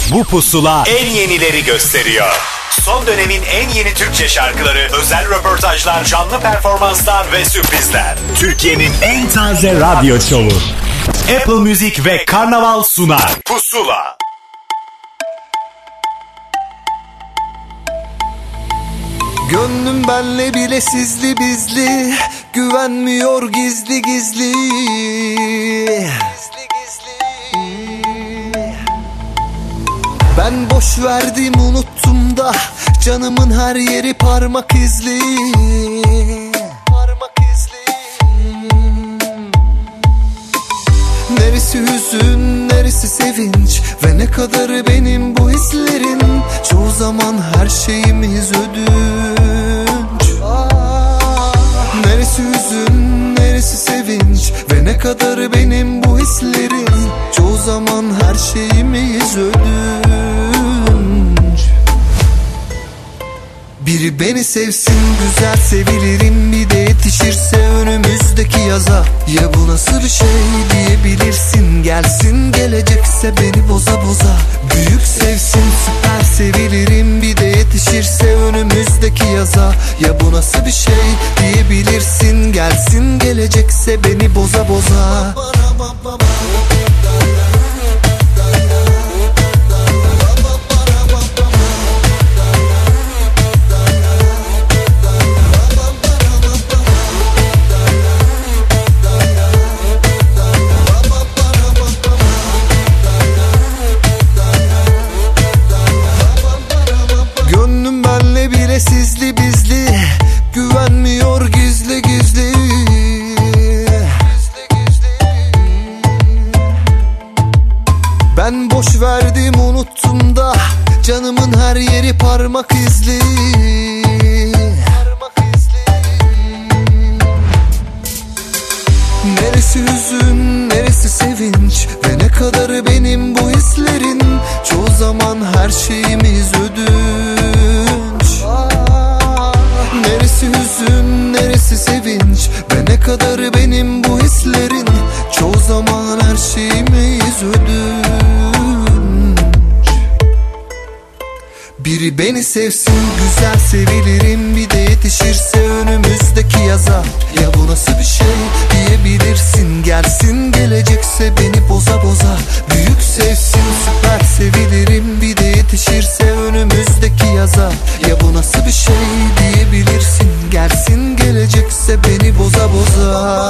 Bu pusula en yenileri gösteriyor. Son dönemin en yeni Türkçe şarkıları, özel röportajlar, canlı performanslar ve sürprizler. Türkiye'nin en taze radyo şovu. Apple Music ve Karnaval sunar. Pusula. Gönlüm benle bile sizli bizli, güvenmiyor gizli gizli. Ben boş verdim unuttum da, canımın her yeri parmak izli. Neresi hüzün, neresi sevinç ve ne kadar benim bu hislerin. Çoğu zaman her şeyimiz ödünç. Neresi hüzün, neresi sevinç ve ne kadar benim bu hislerin. Çoğu zaman her şeyimiz ödünç. Biri beni sevsin, güzel sevilirim, bir de yetişirse önümüzdeki yaza. Ya bu nasıl bir şey diyebilirsin, gelsin gelecekse beni boza boza. Büyük sevsin, süper sevilirim, bir de yetişirse önümüzdeki yaza. Ya bu nasıl bir şey diyebilirsin, gelsin gelecekse beni boza boza. Sizli bizli, güvenmiyor gizli gizli. Ben boş verdim unuttum da, canımın her yeri parmak izli. Neresi hüzün, neresi sevinç ve ne kadar benim bu hislerin. Çoğu zaman her şeyimiz ödünç. Neresi hüzün, neresi sevinç ve ne kadar benim bu hislerin. Çoğu zaman her şeyimiz ödünç. Biri beni sevsin, güzel sevilirim, bir de yetişirse önümüzdeki yaza. Ya bu nasıl bir şey diyebilirsin, gelsin gelecekse beni boza boza. Büyük sevsin, süper sevilirim, bir de yetişirse önümüzdeki yaza. Ya bu nasıl bir şey diyebilirsin, gelsin gelecekse beni boza boza.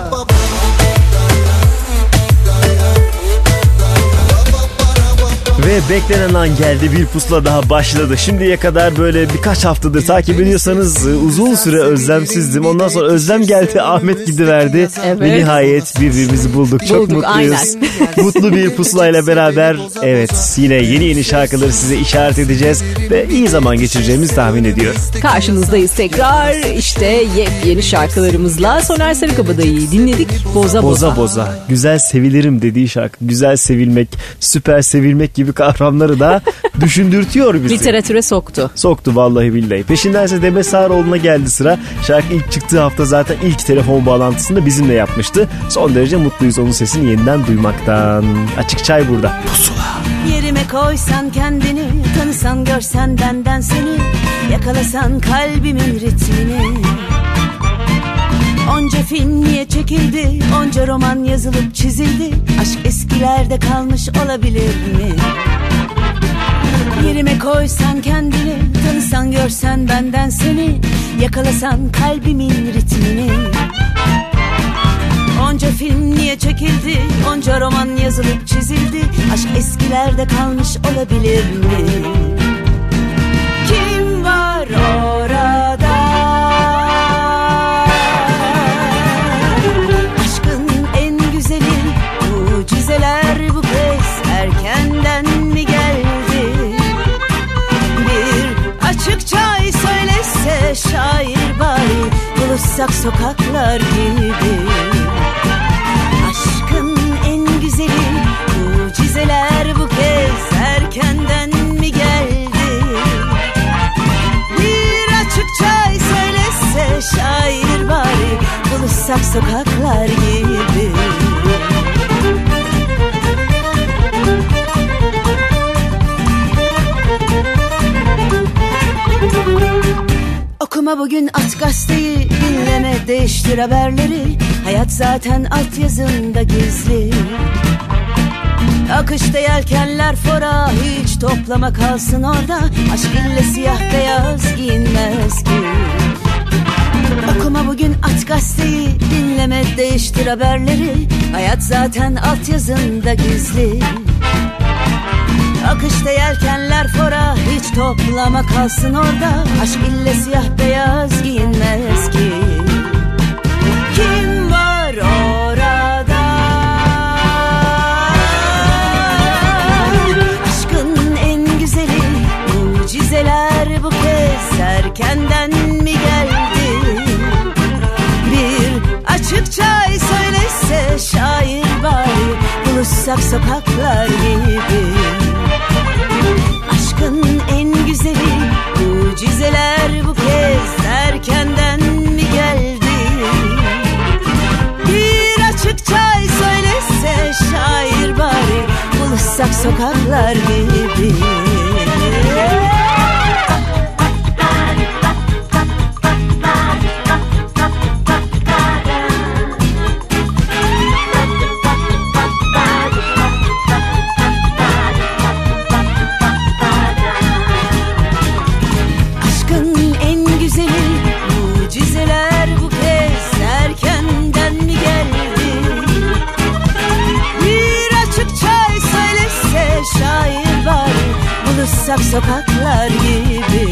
Ve beklenen an geldi, bir pusula daha başladı. Şimdiye kadar böyle birkaç haftadır takip ediyorsanız uzun süre özlemsizdim. Ondan sonra özlem geldi, Ahmet gidiverdi. Evet. Ve nihayet birbirimizi bulduk. Çok mutluyuz. Mutlu bir pusulayla beraber yine yeni şarkıları size işaret edeceğiz. Ve iyi zaman geçireceğimizi tahmin ediyorum. Karşınızdayız tekrar. İşte yepyeni şarkılarımızla Soner Sarıkabadayı'yı dinledik. Boza boza. Boza boza. Güzel sevilirim dediği şarkı. Güzel sevilmek, süper sevilmek gibi kavramları da düşündürtüyor bizi. Literatüre soktu. Soktu vallahi billahi. Peşindense Demet Sağaroğlu'na geldi sıra. Şarkı ilk çıktığı hafta zaten ilk telefon bağlantısını bizimle yapmıştı. Son derece mutluyuz onun sesini yeniden duymaktan. Açık Çay burada. Pusula. Yerime koysan kendini, tanısan görsen benden seni, yakalasan kalbimin ritmini. Onca film niye çekildi, onca roman yazılıp çizildi, aşk eskilerde kalmış olabilir mi? Yerime koysan kendini, tanısan görsen benden seni, yakalasan kalbimin ritmini. Onca film niye çekildi, onca roman yazılıp çizildi, aşk eskilerde kalmış olabilir mi? Kim var orada? Aşkın en güzeli, mucizeler bu kez erkenden mi geldi? Bir açıkça söylese şair bari, buluşsak sokaklar gibi. Aşkın en güzeli, mucizeler bu kez erkenden mi geldi? Bir açıkça söylese şair bari, buluşsak sokaklar gibi. Okuma bugün, aç gazeteyi, dinleme, değiştir haberleri. Hayat zaten altyazında gizli. Akışta yelkenler fora, hiç toplama kalsın orada. Aşk ille siyah beyaz giyinmez ki. Okuma bugün, aç gazeteyi, dinleme, değiştir haberleri. Hayat zaten altyazında gizli. Akışta yelkenler fora, hiç toplama kalsın orada. Aşk ille siyah beyaz giyinmez ki. Kim var orada? Aşkın en güzeli, mucizeler bu kez erkenden mi geldi? Bir açık çay söylese şair bari, buluşsak sokaklar gibi. Aşkın en güzeli, mucizeler bu kez erkenden mi geldi? Bir açık çay söylese şair bari, buluşsak sokaklar gibi. Sokaklar gibi.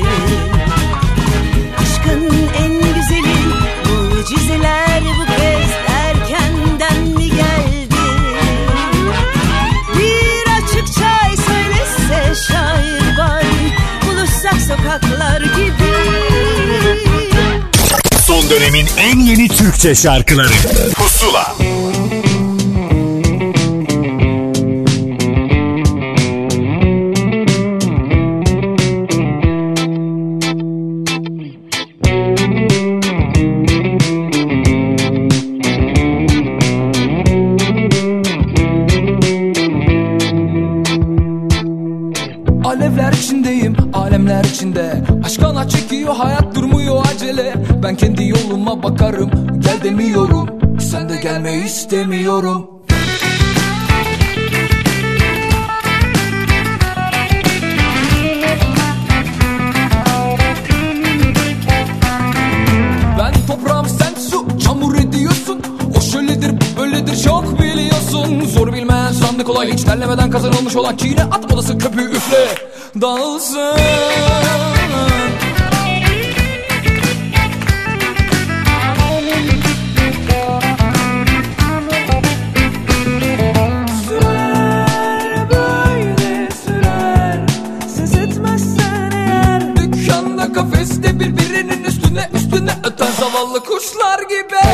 Aşkın en güzeli, mucizeler bu kez erkenden mi geldi? Bir açık çay söylese şair bari, buluşsak sokaklar gibi. Son dönemin en yeni Türkçe şarkıları Pusula. Aşkana çekiyor hayat, durmuyor acele. Ben kendi yoluma bakarım, gel demiyorum. Sen de gelmeyi istemiyorum. Ben toprağım, sen su, çamur ediyorsun. O şöyledir bu böyledir çok biliyorsun. Zor bilmeyen sandı kolay, hiç terlemeden kazanılmış olan çiğne at odası köpüğü üfle dağılsın. Kafeste birbirinin üstüne öten zavallı kuşlar gibi.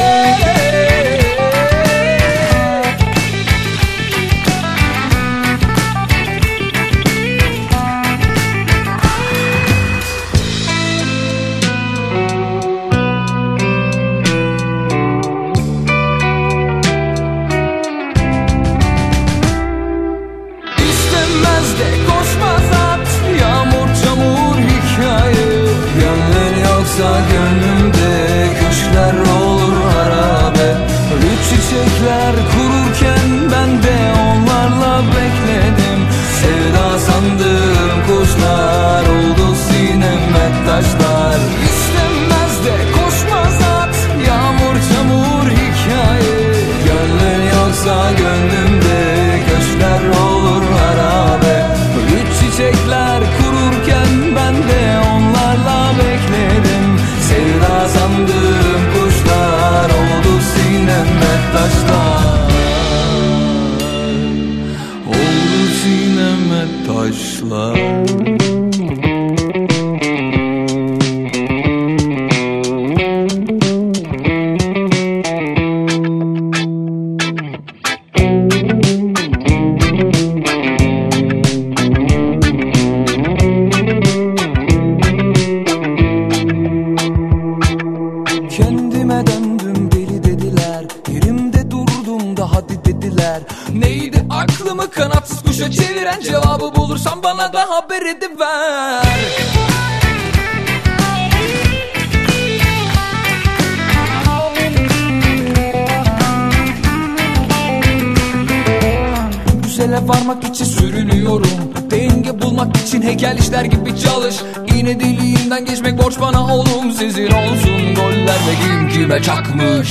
İstemez de koşmaz at, yağmur çamur hikaye. Gönlün yoksa gönlümde kuşlar olur harabe. Ölü çiçekler kururken ben de onlarla bekledim. Sevda sandığım kuşlar oldu sineme taşlar. İstemez de koşmaz at, yağmur çamur hikaye. Gönlün yoksa gönlümde kuşlar olur harabe. Ölü çiçekler kururken ben de onlarla bekledim. Sevda sandığım kuşlar oldu sineme taşlar. Oldu sineme taşlar. Kendime döndüm deli dediler, yerimde durdum da hadi dediler. Neydi aklımı kanatsız kuşa çeviren, cevabı bulursan bana da haber ediver. varmak için sürünüyorum. Denge bulmak için heykel işler gibi çalış. İğne deliğinden geçmek borç bana oğlum. Sizin olsun goller ve kim kime çakmış.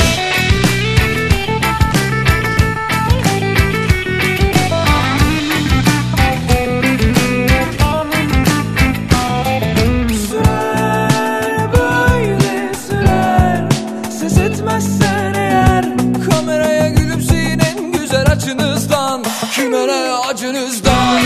Kime ne acınızdan.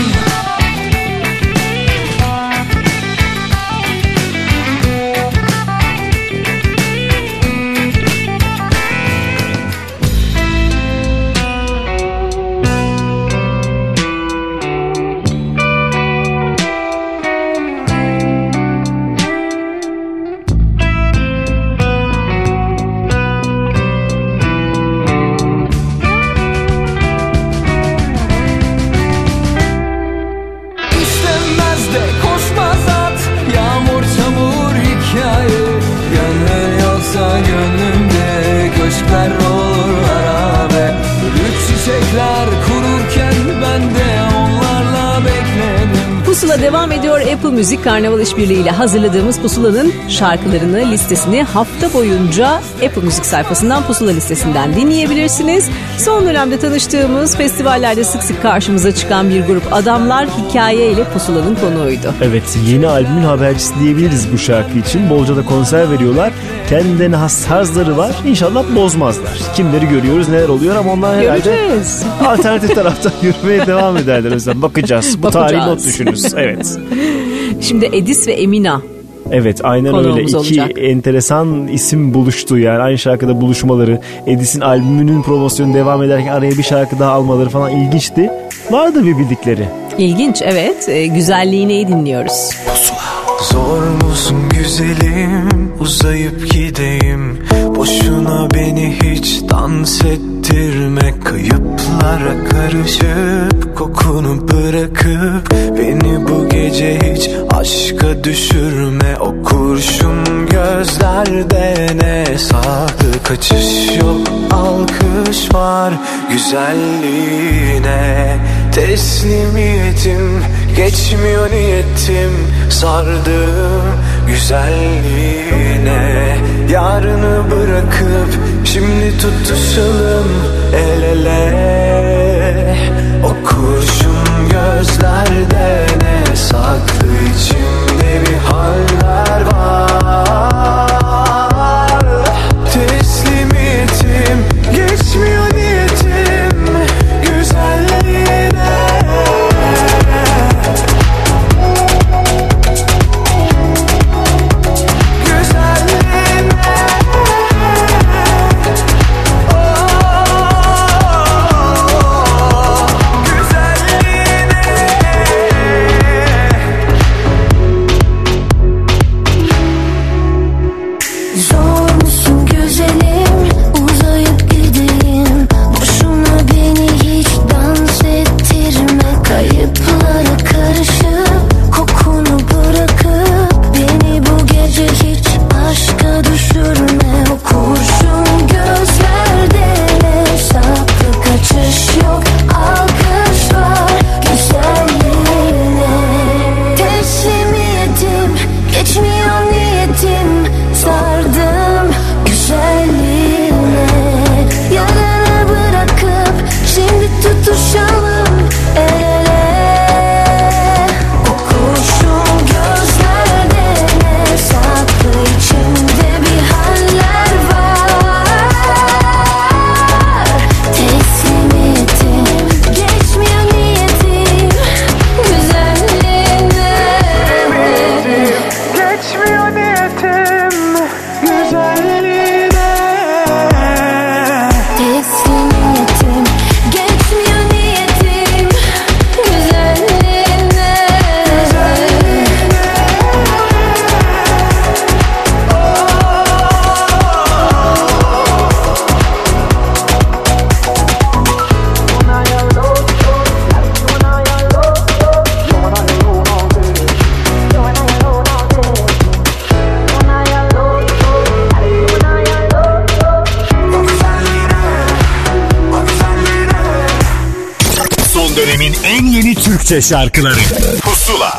Pusula devam ediyor. Apple Music Karnaval İşbirliği ile hazırladığımız Pusula'nın şarkılarını, listesini hafta boyunca Apple Music sayfasından, Pusula listesinden dinleyebilirsiniz. Son dönemde tanıştığımız, festivallerde sık sık karşımıza çıkan bir grup adamlar hikaye ile Pusula'nın konuğuydu. Evet, yeni albümün habercisi diyebiliriz bu şarkı için. Bolca da konser veriyorlar. Kendilerine has tarzları var. İnşallah bozmazlar. Kimleri görüyoruz, neler oluyor ama onlar herhalde alternatif taraftan yürümeye devam ederler. O yüzden bakacağız. Bu tarihi not düşünürüz. Evet. Şimdi Edis ve Emina. Evet, aynen öyle. İki olacak. Enteresan isim buluştu yani aynı şarkıda buluşmaları. Edis'in albümünün promosyonu devam ederken araya bir şarkı daha almaları falan ilginçti. Vardı bir bildikleri. İlginç, evet. Güzelliğini dinliyoruz. Zor musun güzelim, uzayıp gideyim. Boşuna beni hiç dans ettirme. Kayıplara karışıp kokunu bırakıp beni bu gece hiç aşka düşürme. O kurşun gözlerde ne sahte kaçış yok, alkış var güzelliğine. Teslimiyetim geçmiyor niyetim, sardım güzelliğine. Yarını bırakıp şimdi tutuşalım el ele. O kurşun gözlerde ne saklı, içimde bir haller var. Teslimiyetim geçmiyor niyetim güzelliğine. dönemin en yeni Türkçe şarkıları Pusula.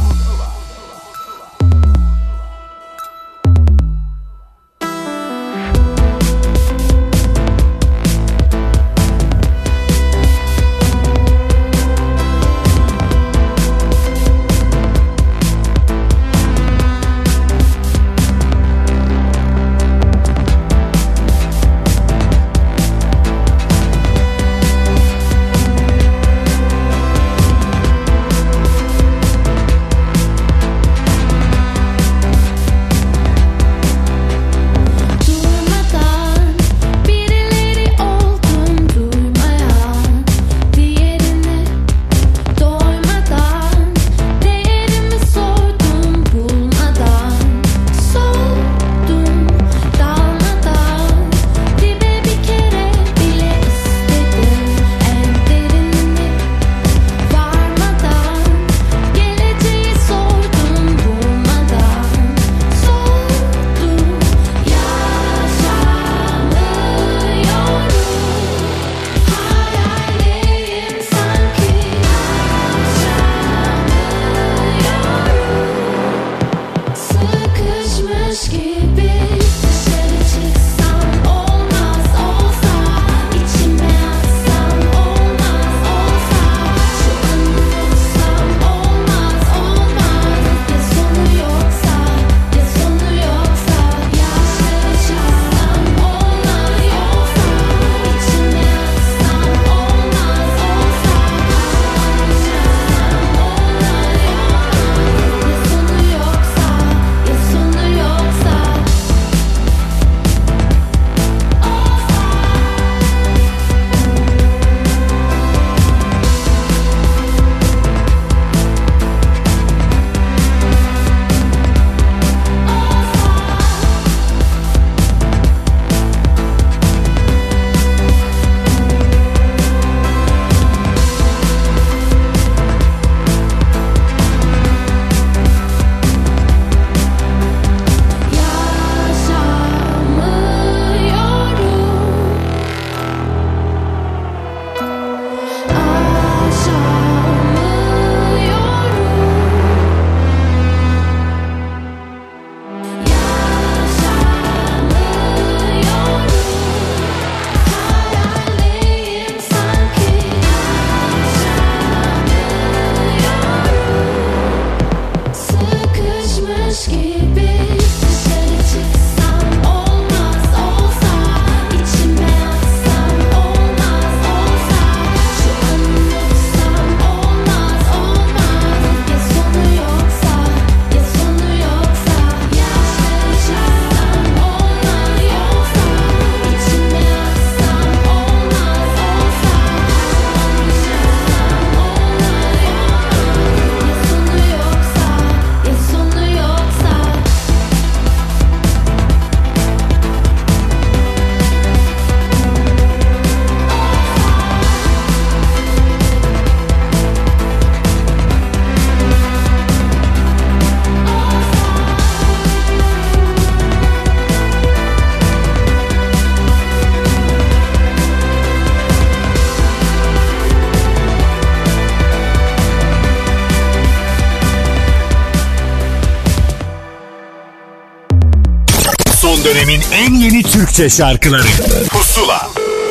Son dönemin en yeni Türkçe şarkıları Pusula.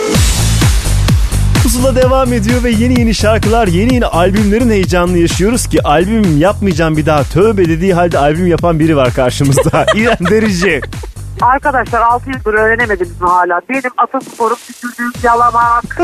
Pusula devam ediyor ve yeni şarkılar, yeni albümlerin heyecanını yaşıyoruz ki albüm yapmayacağım bir daha tövbe dediği halde albüm yapan biri var karşımızda. İrem Derici. Arkadaşlar 6 yıldır öğrenemediniz mi hala? Benim atasporum tükürdüğüm yalamak.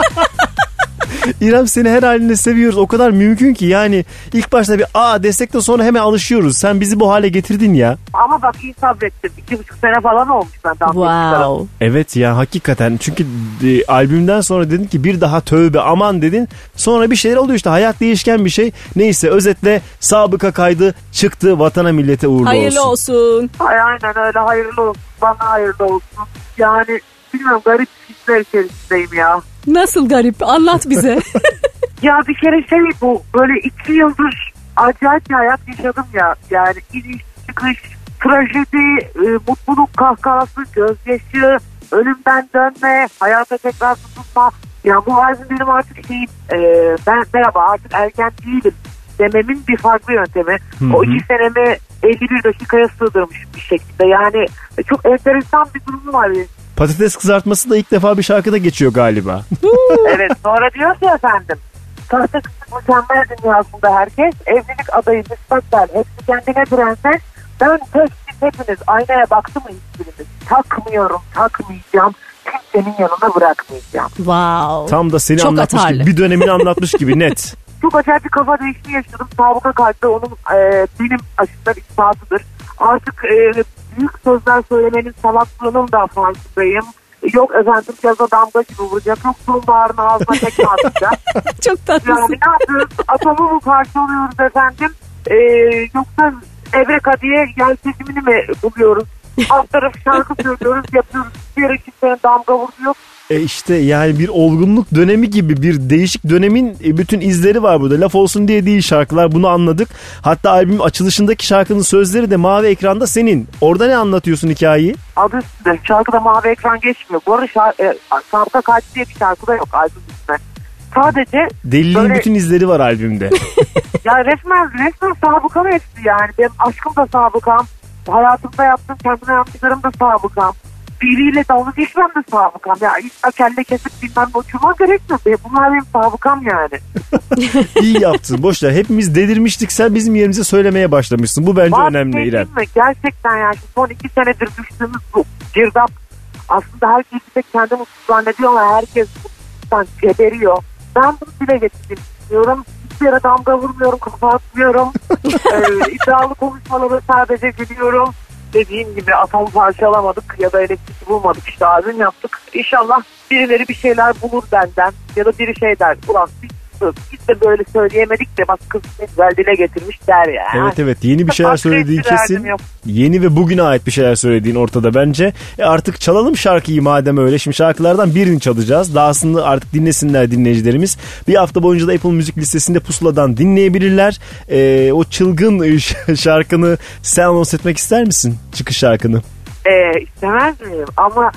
İrem, seni her halinde seviyoruz. O kadar mümkün ki yani ilk başta bir desek de sonra hemen alışıyoruz. Sen bizi bu hale getirdin ya. Ama bak iyi sabrettim. 2,5 sene falan olmuş benden. Wow. Evet ya, hakikaten. Çünkü albümden sonra dedin ki bir daha tövbe aman dedin. Sonra bir şeyler oluyor işte. Hayat değişken bir şey. Neyse, özetle sabıka kaydı çıktı. Vatana millete uğurlu hayırlı olsun. Aynen öyle, hayırlı olsun. Bana hayırlı olsun. Yani bilmiyorum, garip hisler içerisindeyim ya. Nasıl garip? Anlat bize. Ya bir kere bu böyle 2 yıldır acayip bir hayat yaşadım ya. Yani iniş, çıkış, trajedi, mutluluk kahkahası, gözyaşı, ölümden dönme, hayata tekrar tutunma. Ya bu albüm benim artık şeyim, ben merhaba artık erken değilim dememin bir farklı yöntemi. O 2 senemi 51 dakikaya sığdırmış bir şekilde. Yani çok enteresan bir durumu var. Patates kızartması da ilk defa bir şarkıda geçiyor galiba. Evet, sonra diyor ki efendim, sahte kızlık mükemmel dünyasında herkes, evlilik adayı müstakbel, hepsi kendine prenses, ben tek siz hepiniz, aynaya baktı mı hiçbirimiz? Takmıyorum, takmayacağım, kimsenin yanına bırakmayacağım. Wow. Tam da seni çok anlatmış atarlı. gibi, bir dönemini anlatmış gibi net. Çok acayip bir kafa değişikliği yaşadım. Sabıka kalpte onun benim açımdan ispatıdır. Artık büyük sözler söylemenin salaklığının da farkındayım. Yok efendim yaza damga gibi vuracak. Yok sonbaharın ağzına tekme atacak. Çok tatlısın. Yani ne yapıyoruz? Atomu mu parçalıyoruz efendim? Yoksa Evreka diye yer çekimini mi buluyoruz? Alt tarafı şarkı söylüyoruz, yapıyoruz. Bir yere kimsenin damga vurdu yok. İşte yani bir olgunluk dönemi gibi bir değişik dönemin bütün izleri var burada. Laf olsun diye değil şarkılar, bunu anladık. Hatta albüm açılışındaki şarkının sözleri de mavi ekranda senin. Orada ne anlatıyorsun hikayeyi? Adı üstünde. Şarkıda mavi ekran geçmiyor. Bu arada Sabıka Kaç diye bir şarkı da yok albüm üstünde. Sadece Deliliğin böyle... bütün izleri var albümde. Ya resmen sabıkam hepsi yani. Benim aşkım da sabıkam. Hayatımda yaptığım kendime yaptıklarım da sabıkam. Biriyle dalga geçmem de sabıkam. Ya hiç kelle kesip bilmem uçurma gerekmiyor. Bunlar benim sabıkam yani. İyi yaptın. Boşver. Hepimiz delirmiştik. Sen bizim yerimize söylemeye başlamışsın. Bu bence önemli İrem. Gerçekten yani son 2 senedir düştüğümüz bu girdap. Aslında herkes de kendi mutlu zannediyor ama herkes mutluluktan geberiyor. Ben bunu dile getirdim istiyorum. Hiçbir yere damga vurmuyorum, kafa atmıyorum. İddialı konuşmaları sadece gülüyorum. Dediğim gibi atomu parçalamadık ya da elektrik bulmadık, işte albüm yaptık. İnşallah birileri bir şeyler bulur benden ya da biri şey der. Ulan biz de böyle söyleyemedik de bak kız ne güzel dile getirmiş der ya. Evet yeni bir şeyler söylediğin kesin. Yeni ve bugüne ait bir şeyler söylediğin ortada bence. Artık çalalım şarkıyı madem öyle. Şimdi şarkılardan birini çalacağız. Dahasını artık dinlesinler dinleyicilerimiz. Bir hafta boyunca da Apple Müzik listesinde Pusula'dan dinleyebilirler. O çılgın şarkını sen anons etmek ister misin? Çıkış şarkını. İstemez miyim? Ama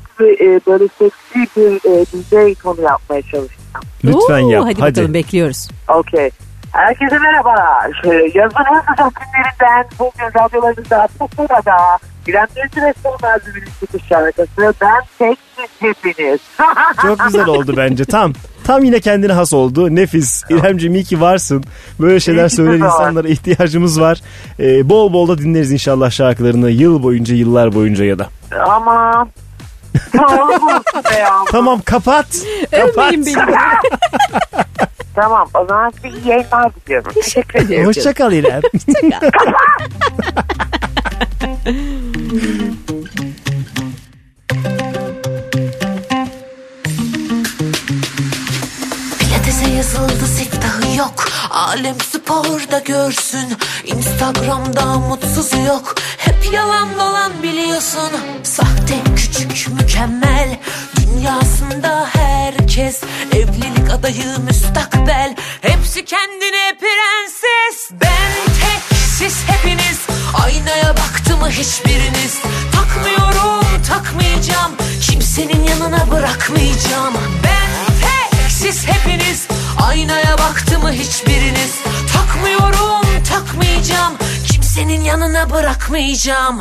böyle seksi bir DJ konu yapmaya çalıştım. Lütfen yap. Hadi bakalım, bekliyoruz. Okey. Herkese merhabalar. Yazın en sıcak günlerinden bugün radyolarınızda Pusula'da İrem Deniz ve Son albümünün çıkış şarkısı Ben Tek Siz Hepiniz. Çok güzel oldu bence. Tam yine kendine has oldu. Nefis. İremciğim iyi ki varsın. Böyle şeyler söyleyen insanlara ihtiyacımız var. Bol bol da dinleriz inşallah şarkılarını. Yıl boyunca, yıllar boyunca ya da. Ama tamam kapat. Tamam, o zaman size iyi yayınlar diliyorum. Teşekkür ederim. Hoşçakal İrem. Pilatese yazıldı siftahı yok. Alem sporda görsün. Instagram'da mutsuzu yok. Hep yalan dolan biliyorsun. Sahte küçük mükemmel. Dünyasında herkes evlilik adayı müstakbel. Hepsi kendine prenses. Ben tek siz hepiniz. Aynaya baktı mı hiçbiriniz? Takmıyorum takmayacağım. Kimsenin yanına bırakmayacağım. Ben tek siz hepiniz. Aynaya baktı mı hiçbiriniz? Takmıyorum takmayacağım. Kimsenin yanına bırakmayacağım.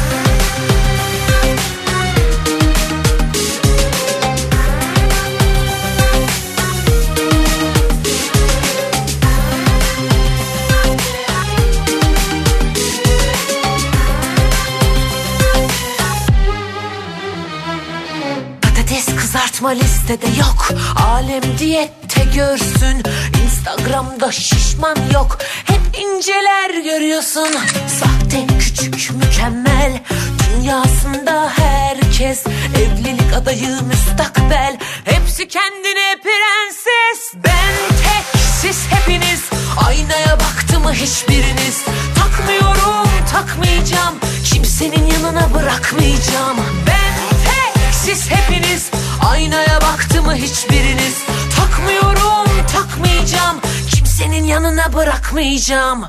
Kızartma listede yok. Alem diyette görsün. Instagram'da şişman yok. Hep inceler görüyorsun. Sahte küçük mükemmel. Dünyasında herkes evlilik adayı müstakbel. Hepsi kendine prenses. Ben tek siz hepiniz. Aynaya baktı mı hiçbiriniz? Takmıyorum takmayacağım. Kimsenin yanına bırakmayacağım. Ben tek siz hepiniz. Aynaya baktı mı hiçbiriniz? Takmıyorum takmayacağım. Kimsenin yanına bırakmayacağım.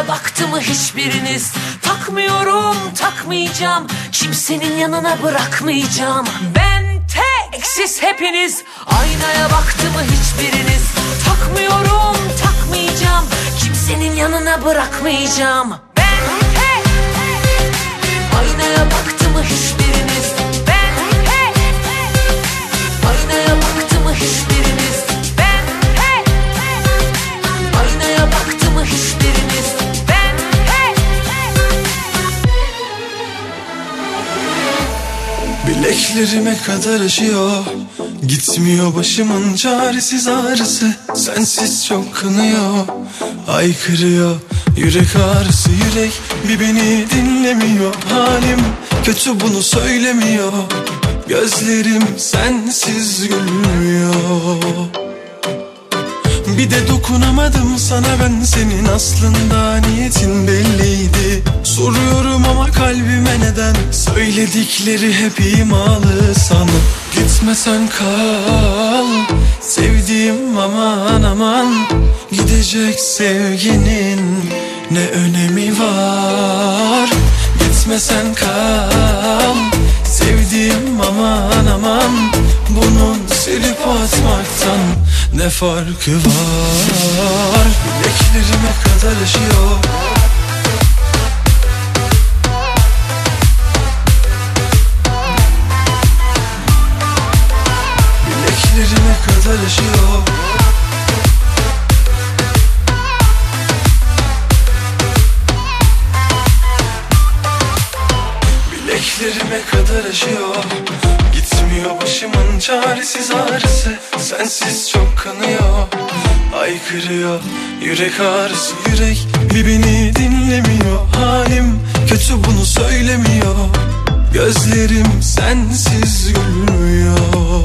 Aynaya baktı mı hiçbiriniz? Takmıyorum, takmayacağım, kimsenin yanına bırakmayacağım. Ben tek, siz hepiniz. Aynaya baktı mı hiçbiriniz? Takmıyorum, takmayacağım, kimsenin yanına bırakmayacağım. Ben tek. Aynaya baktı mı hiçbiriniz? Ben tek. Aynaya baktı mı hiçbiriniz? Ben tek. Aynaya baktı mı hiçbiriniz? Ben tek. Bileklerime kadar aşıyor, gitmiyor başımın çaresiz ağrısı. Sensiz çok kanıyor, haykırıyor yürek ağrısı. Yürek bir beni dinlemiyor, halim kötü bunu söylemiyor. Gözlerim sensiz gülmüyor. Bir de dokunamadım sana ben, senin aslında niyetin belliydi. Soruyorum ama kalbime neden, söyledikleri hep imalı sana. Gitmesen kal sevdiğim, aman aman. Gidecek sevginin ne önemi var? Gitmesen kal sevdiğim, aman aman. Bunun silip atmaktan ne farkı var? Bileklerime kadar aşıyor. Bileklerime kadar aşıyor. Bileklerime kadar aşıyor. Gitmiyor başımın çaresiz ağrısı. Sensiz çok kanıyor, haykırıyor yürek ağrısı. Yürek bir beni dinlemiyor, halim kötü bunu söylemiyor. Gözlerim sensiz gülmüyor.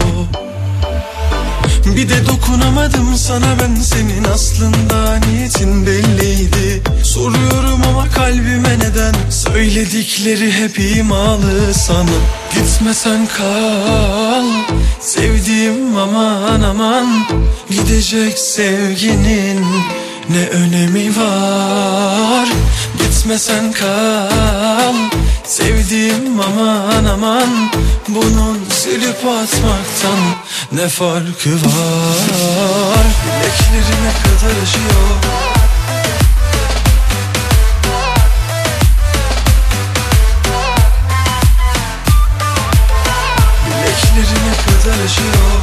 Bir de dokunamadım sana ben, senin aslında niyetin belliydi. Soruyorum ama kalbime neden, söyledikleri hep imalı sana. Gitmesen kal sevdiğim, aman aman. Gidecek sevginin ne önemi var? Gitmesen kal sevdiğim, aman aman. Bunun silip atmaktan ne farkı var? Bileklerime kadar aşıyor. Bileklerime kadar aşıyor.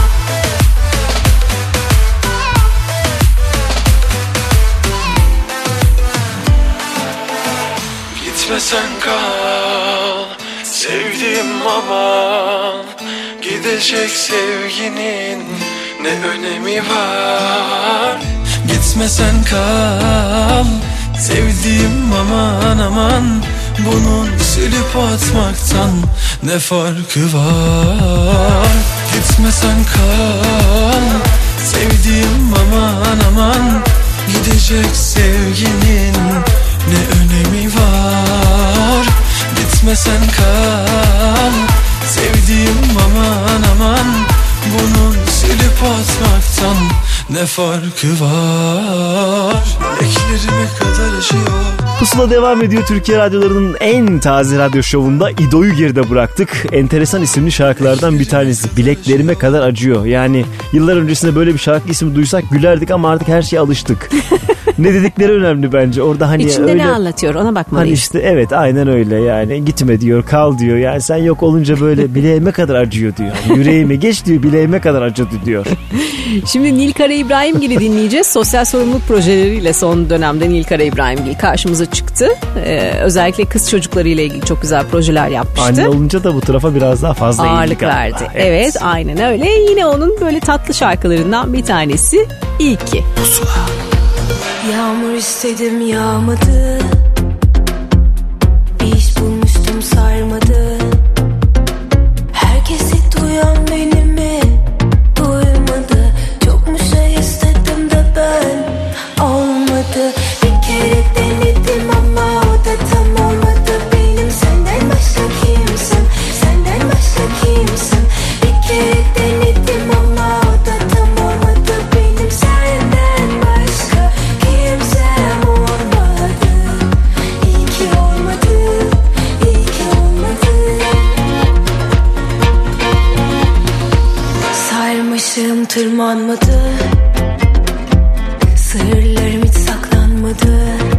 Gitmesen kal sevdiğim, aman. Gidecek sevginin ne önemi var? Gitmesen kal sevdiğim, aman aman. Bunun silip atmaktan ne farkı var? Gitmesen kal sevdiğim, aman aman. Gidecek sevginin ne önemi var? Gitmesen kal sevdiğim, aman aman. Bunun silip atmaktan ne farkı var? Bileklerime kadar aşıyor. Pusula devam ediyor. Türkiye radyolarının en taze radyo şovunda İdo'yu geride bıraktık. Enteresan isimli şarkılardan bir tanesi. Bileklerime kadar acıyor. Yani yıllar öncesinde böyle bir şarkı ismi duysak gülerdik ama artık her şeye alıştık. Ne dedikleri önemli bence. Orada hani İçinde öyle, ne anlatıyor ona bakmalıyız. Hani işte evet aynen öyle yani. Gitme diyor, kal diyor. Yani sen yok olunca böyle bileğime kadar acıyor diyor. Yani yüreğime geç diyor, bileğime kadar acıdı diyor. Şimdi Nilkara İbrahimgil'i dinleyeceğiz. Sosyal sorumluluk projeleriyle son dönemde Nilkara İbrahimgil karşımıza çıktı. Özellikle kız çocuklarıyla ilgili çok güzel projeler yapmıştı. Anne olunca da bu tarafa biraz daha fazla ağırlık verdi. Evet aynen öyle. Yine onun böyle tatlı şarkılarından bir tanesi İyi ki. Pusula. Yağmur istedim yağmadı. Bir iş bulmuştum sarmadı. Herkesi duyan beni mi duymadı? Çok mu şey istedim de ben olmadı. Bir kere denedim ama o da tam olmadı. Benim senden başka kimsin? Senden başka kimsin? Bir kere denedim ama o da tam olmadı. Benim senden başka kimsem olmadı. Saçlarım tırmanmadı, sırlarım hiç saklanmadı.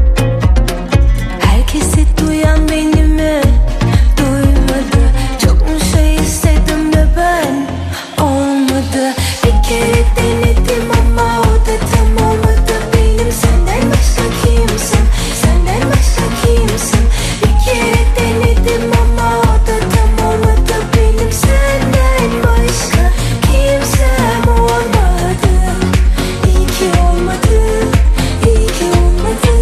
Herkesi duyan beni mi duymadı? Çok mu şey istedim de ben olmadı. Bir kere denedim ama o da tam olmadı. Benim senden başka kimsin? Senden başka kimsin? Bir kere denedim ama o da tam olmadı. Benim senden başka kimsem olmadı. İyi ki olmadı, iyi ki olmadı.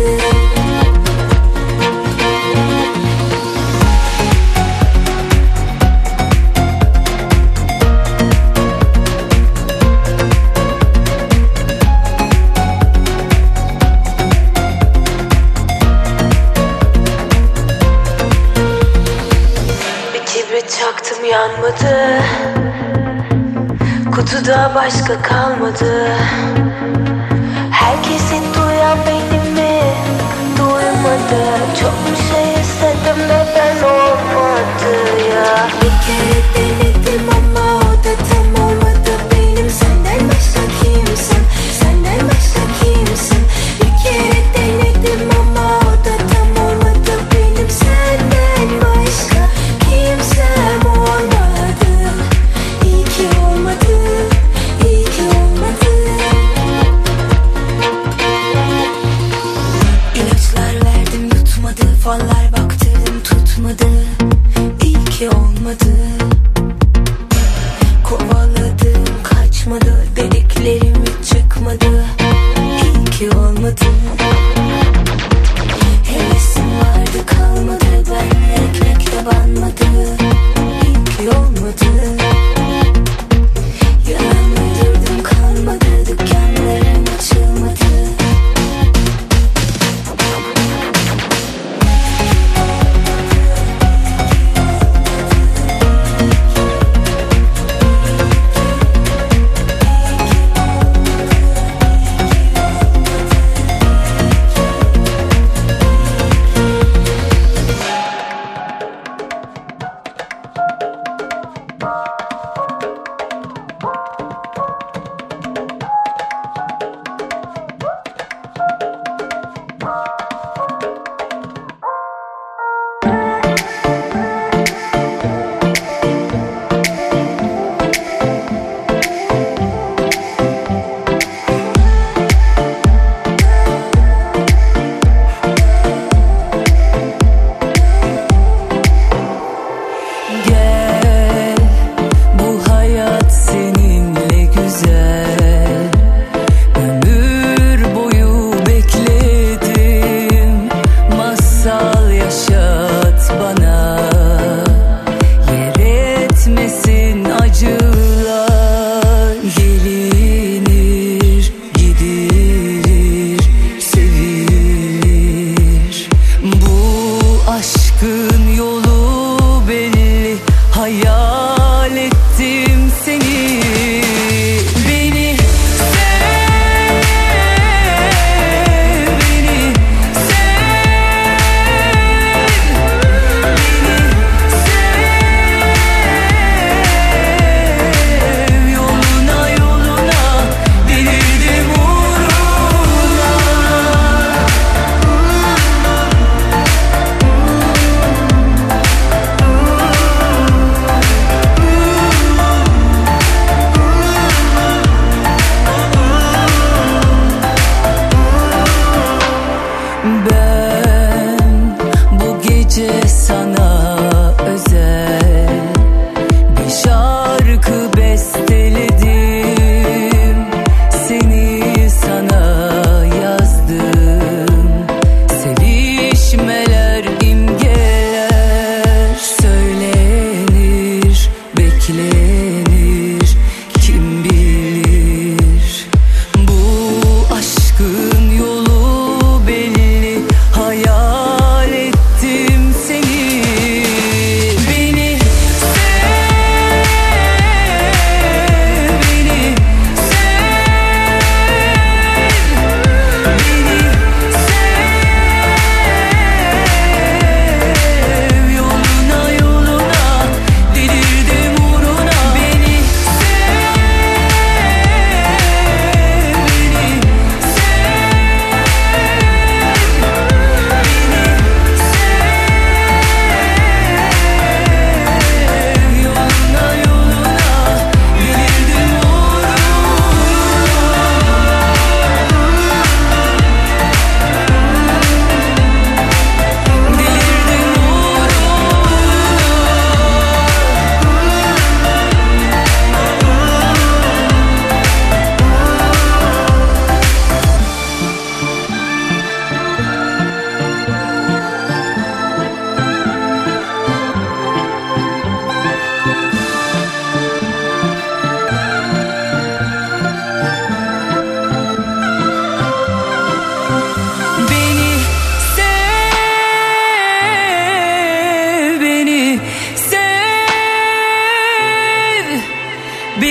Bir kibrit çaktım yanmadı, kutuda başka kalmadı. Herkesi duyan beni mi duymadı? Çok mu şey istedim de ben olmadı ya. Bir kere denedim ama o da tam olmadı. Benim senden başka kimsin? Senden başka kimsin? Bir kere denedim ama o da tam olmadı. Benim senden başka kimsem olmadı. İyi ki olmadı, iyi ki olmadı. İlaçlar verdim yutmadı, fallar baktırdım tutmadı. İyi ki olmadı.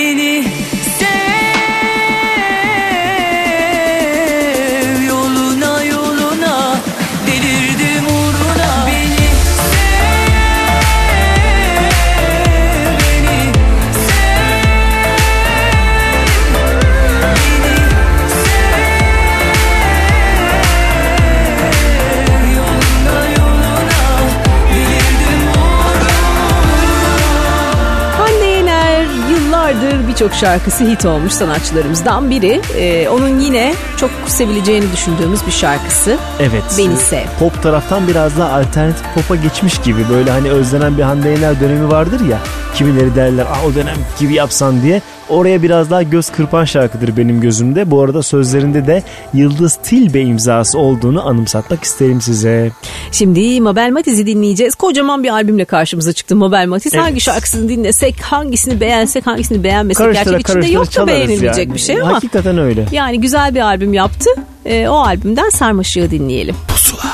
Beni sev, yoluna yoluna delirdim uğruna. Beni sev, beni sev, beni sev, yoluna yoluna delirdim uğruna. Hande Yener yıllardır birçok şarkısı hit olmuş sanatçılarımızdan biri. Onun yine çok sevileceğini düşündüğümüz bir şarkısı. Evet. Beni Sev. Pop taraftan biraz daha alternatif pop'a geçmiş gibi. Böyle hani özlenen bir Hande Yener dönemi vardır ya. Kimileri derler o dönem gibi yapsan diye. Oraya biraz daha göz kırpan şarkıdır benim gözümde. Bu arada sözlerinde de Yıldız Tilbe imzası olduğunu anımsatmak isterim size. Şimdi Mabel Matiz'i dinleyeceğiz. Kocaman bir albümle karşımıza çıktı Mabel Matiz. Evet. Hangi şarkısını dinlesek, hangisini beğensek, hangisini beğenmesek. Gerçi içinde yok da beğenilecek yani bir şey ama. Hakikaten öyle. Yani güzel bir albüm yaptı. O albümden Sarmaşık'ı dinleyelim. Pusula.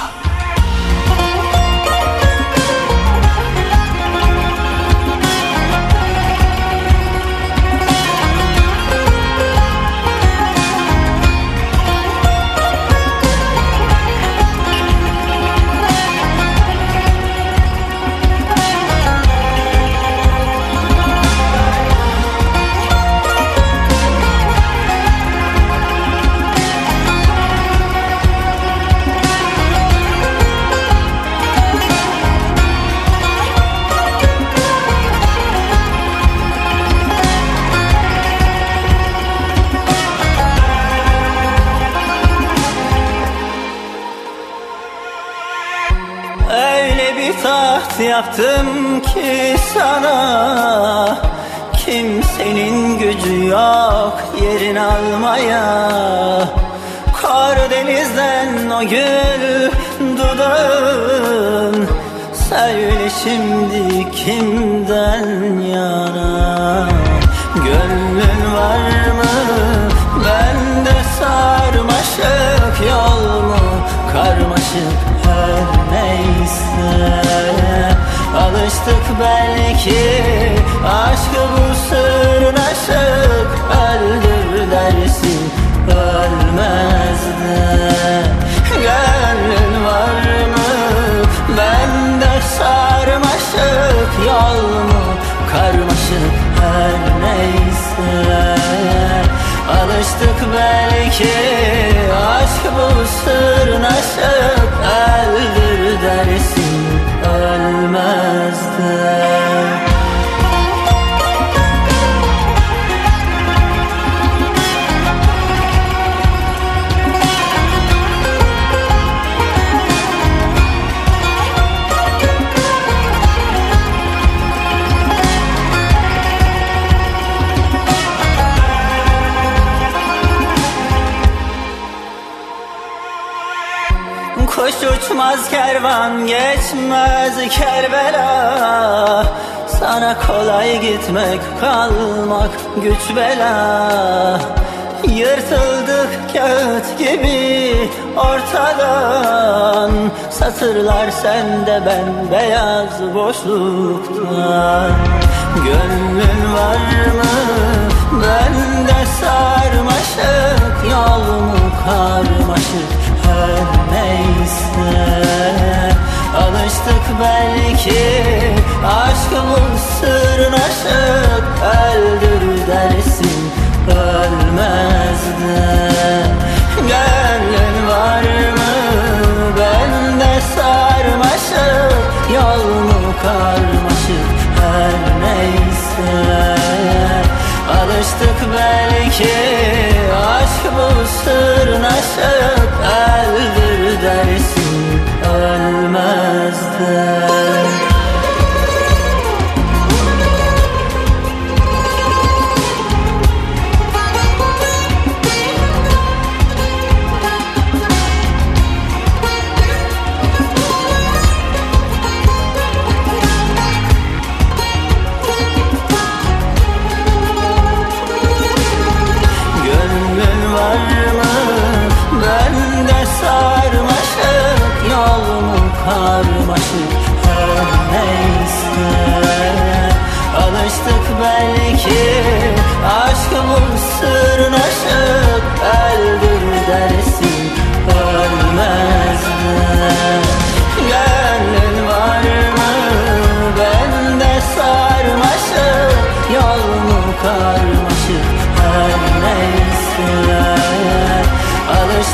Yaptım ki sana, kimsenin gücü yok yerini almaya. Karadeniz'den o gül dudağın, söyle şimdi kimden yana? Gönlün var mı bende sarmaşık, yol mu karmaşık her neyse. Alıştık belki aşkı bu sırnaşık, öldür dersin ölmez de. Gönlün var mı bende sarmaşık, yol mu karmaşık her neyse. Alıştık belki aşkı bu sırnaşık, öldür dersin ölmez de. Kuş uçmaz, kervan geçmez Kerbela. Sana kolay gitmek, kalmak güç bela. Yırtıldık kağıt gibi ortadan, satırlar sende ben beyaz boşluktan. Gönlün var mı bende sarmaşık, yol mu karmaşık her neyse. Alıştık belki aşkı bu sırnaşık, öldür dersin ölmez de. Gönlün var mı bende sarmaşık, yol mu karmaşık her neyse. Alıştık belki aşk bu sırnaşık, öldür dersin ölmez de. Gönlün var mı bende sarmaşık,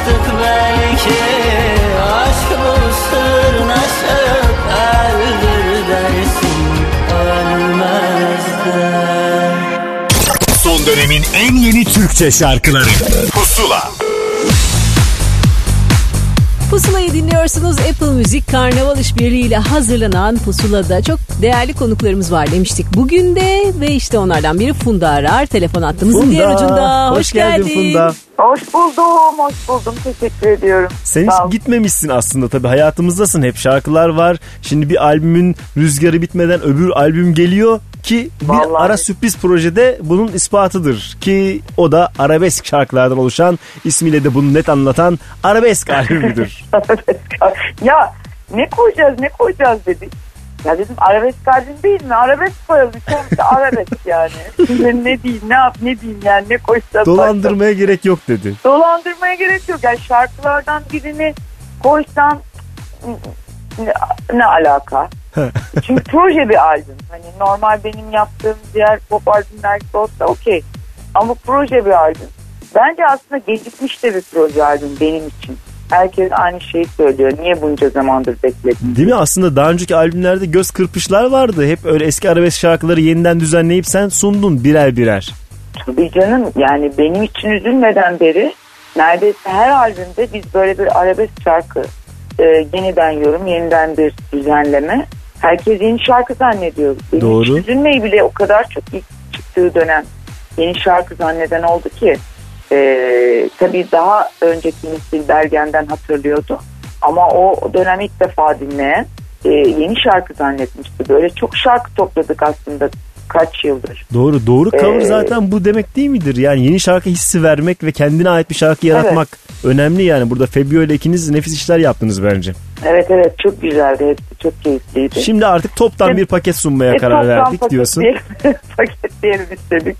alıştık belki. Aşk bu sırnaşa kaldır dersin, ölmezler. Son dönemin en yeni Türkçe şarkıları Pusula. Pusula'yı dinliyorsunuz. Apple Müzik Karnaval İşbirliği ile hazırlanan Pusula'da çok değerli konuklarımız var demiştik bugün de ve işte onlardan biri Funda Arar. Telefon hattımızın diğer ucunda. Hoş geldin Funda. Hoş buldum. Teşekkür ediyorum. Sen hiç gitmemişsin aslında tabii. Hayatımızdasın. Hep şarkılar var. Şimdi bir albümün rüzgarı bitmeden öbür albüm geliyor ki bir vallahi ara sürpriz projede bunun ispatıdır. Ki o da arabesk şarkılardan oluşan, ismiyle de bunu net anlatan arabesk albümüdür. Ya ne koyacağız dedik. Ya dedim arabesk albüm değil mi? Arabesk koyalım. Sonuçta arabesk yani. Ne diyeyim yani ne koyacağız? Dolandırmaya gerek yok dedi. Dolandırmaya gerek yok. Yani şarkılardan birini koysan ne alaka? Çünkü proje bir albüm. Hani normal benim yaptığım diğer pop albümler olsa okey. Ama proje bir albüm. Bence aslında gecikmiş de bir proje albüm benim için. Herkes aynı şeyi söylüyor. Niye bunca zamandır bekledin? Değil mi? Aslında daha önceki albümlerde göz kırpışlar vardı. Hep öyle eski arabesk şarkıları yeniden düzenleyip sen sundun birer birer. Tabii canım. Yani benim için üzülmeden beri neredeyse her albümde biz böyle bir arabesk şarkı yeniden yorum, yeniden bir düzenleme. Herkes yeni şarkı zannediyor. Benim doğru. Hiç üzülmeyi bile o kadar çok ilk çıktığı dönem yeni şarkı zanneden oldu ki tabii daha önceki nesil Bergen'den hatırlıyordu. Ama o dönem ilk defa dinleyen yeni şarkı zannetmişti. Böyle çok şarkı topladık aslında kaç yıldır. Doğru cover zaten bu demek değil midir? Yani yeni şarkı hissi vermek ve kendine ait bir şarkı yaratmak önemli yani. Burada Fabio ile ikiniz nefis işler yaptınız bence. Evet çok güzeldi. Hepsi çok keyifliydi. Şimdi artık toptan bir paket sunmaya karar verdik diyorsun. Paketleyelim istedik.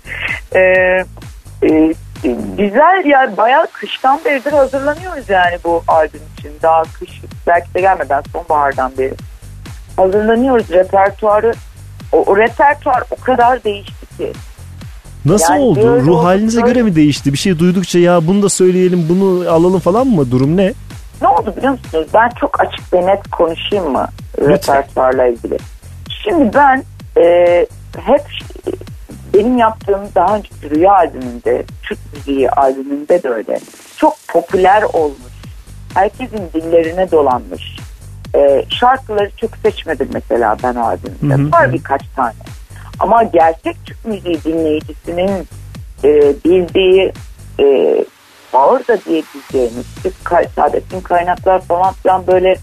Güzel ya, bayağı kıştan beridir hazırlanıyoruz yani bu albüm için. Daha kış belki de gelmeden sonbahardan beri hazırlanıyoruz. Repertuarı o repertuar o kadar değişti ki. Nasıl yani oldu? Ruh halinize göre mi değişti? Bir şey duydukça ya bunu da söyleyelim, bunu alalım falan mı? Durum ne? Ne oldu biliyor musunuz? Ben çok açık ve net konuşayım mı repertuarla ilgili? Şimdi ben hep benim yaptığım daha önceki Rüya albümünde, Türk müziği albümünde de öyle. Çok popüler olmuş. Herkesin dillerine dolanmış. Şarkıları çok seçmedim mesela ben o albümde. Var birkaç tane. Ama gerçek Türk müziği dinleyicisinin bildiği ağır da diyebileceğimiz Saadettin Kaynaklar falan filan böyle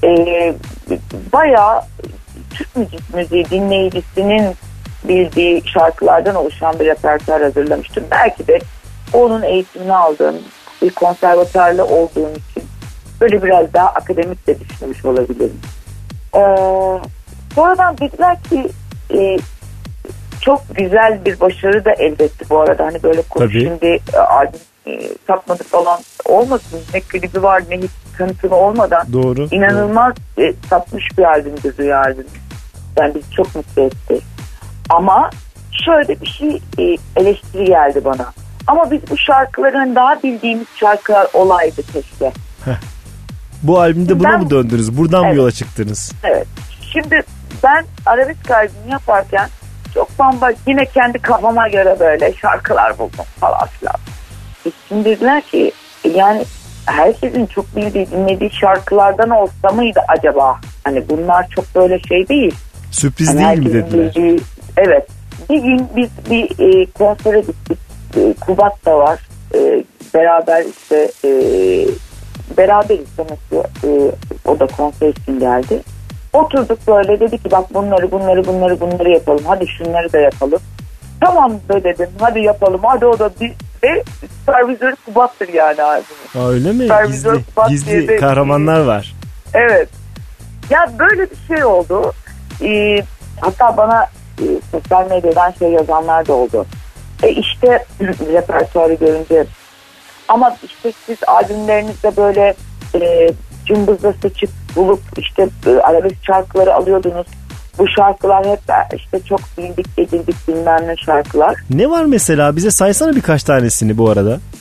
bayağı Türk müziği dinleyicisinin bildiği şarkılardan oluşan bir repertuar hazırlamıştım. Belki de onun eğitimini aldığım bir konservatuarlı olduğum için böyle biraz daha akademik de düşünmüş olabilirim. Sonradan dediler ki çok güzel bir başarı da elde etti bu arada. Hani böyle şimdi albüm satmadı falan olmasın. Ne klibi var ne hiç tanıtımı olmadan. Doğru. İnanılmaz satmış bir albümdü Rüya albümü. Yani bizi çok mutlu etti. Ama şöyle bir şey eleştiri geldi bana. Ama biz bu şarkıların daha bildiğimiz şarkılar olaydı keşke. Bu albümde buna mı döndünüz? Buradan mı yola çıktınız? Evet. Şimdi ben arabesk albümü yaparken çok bambaşka yine kendi kafama göre böyle şarkılar buldum falan filan. Şimdi dediler ki yani herkesin çok bildiği dinlediği şarkılardan olsa mıydı acaba? Hani bunlar çok böyle şey değil. Sürpriz hani değil mi dediler? Evet. Bir gün biz bir konsere gittik. Kubat da var. Beraber işte beraberiz demek o da konser için geldi. Oturduk böyle dedi ki bak bunları yapalım. Hadi şunları da yapalım. Tamam be dedim. Hadi yapalım. Hadi o da bir ve Supervizör Kubat'tır yani abi. Öyle mi? Gizli kahramanlar var. Evet. Ya böyle bir şey oldu. Hatta bana sosyal medyadan yazanlar da oldu. İşte repertuarı görünce ama işte siz albümlerinizde böyle cımbızla seçip bulup işte arabesk şarkıları alıyordunuz. Bu şarkılar hep işte çok bildik edildik bilmem ne şarkılar. Ne var mesela? Bize saysana birkaç tanesini bu arada.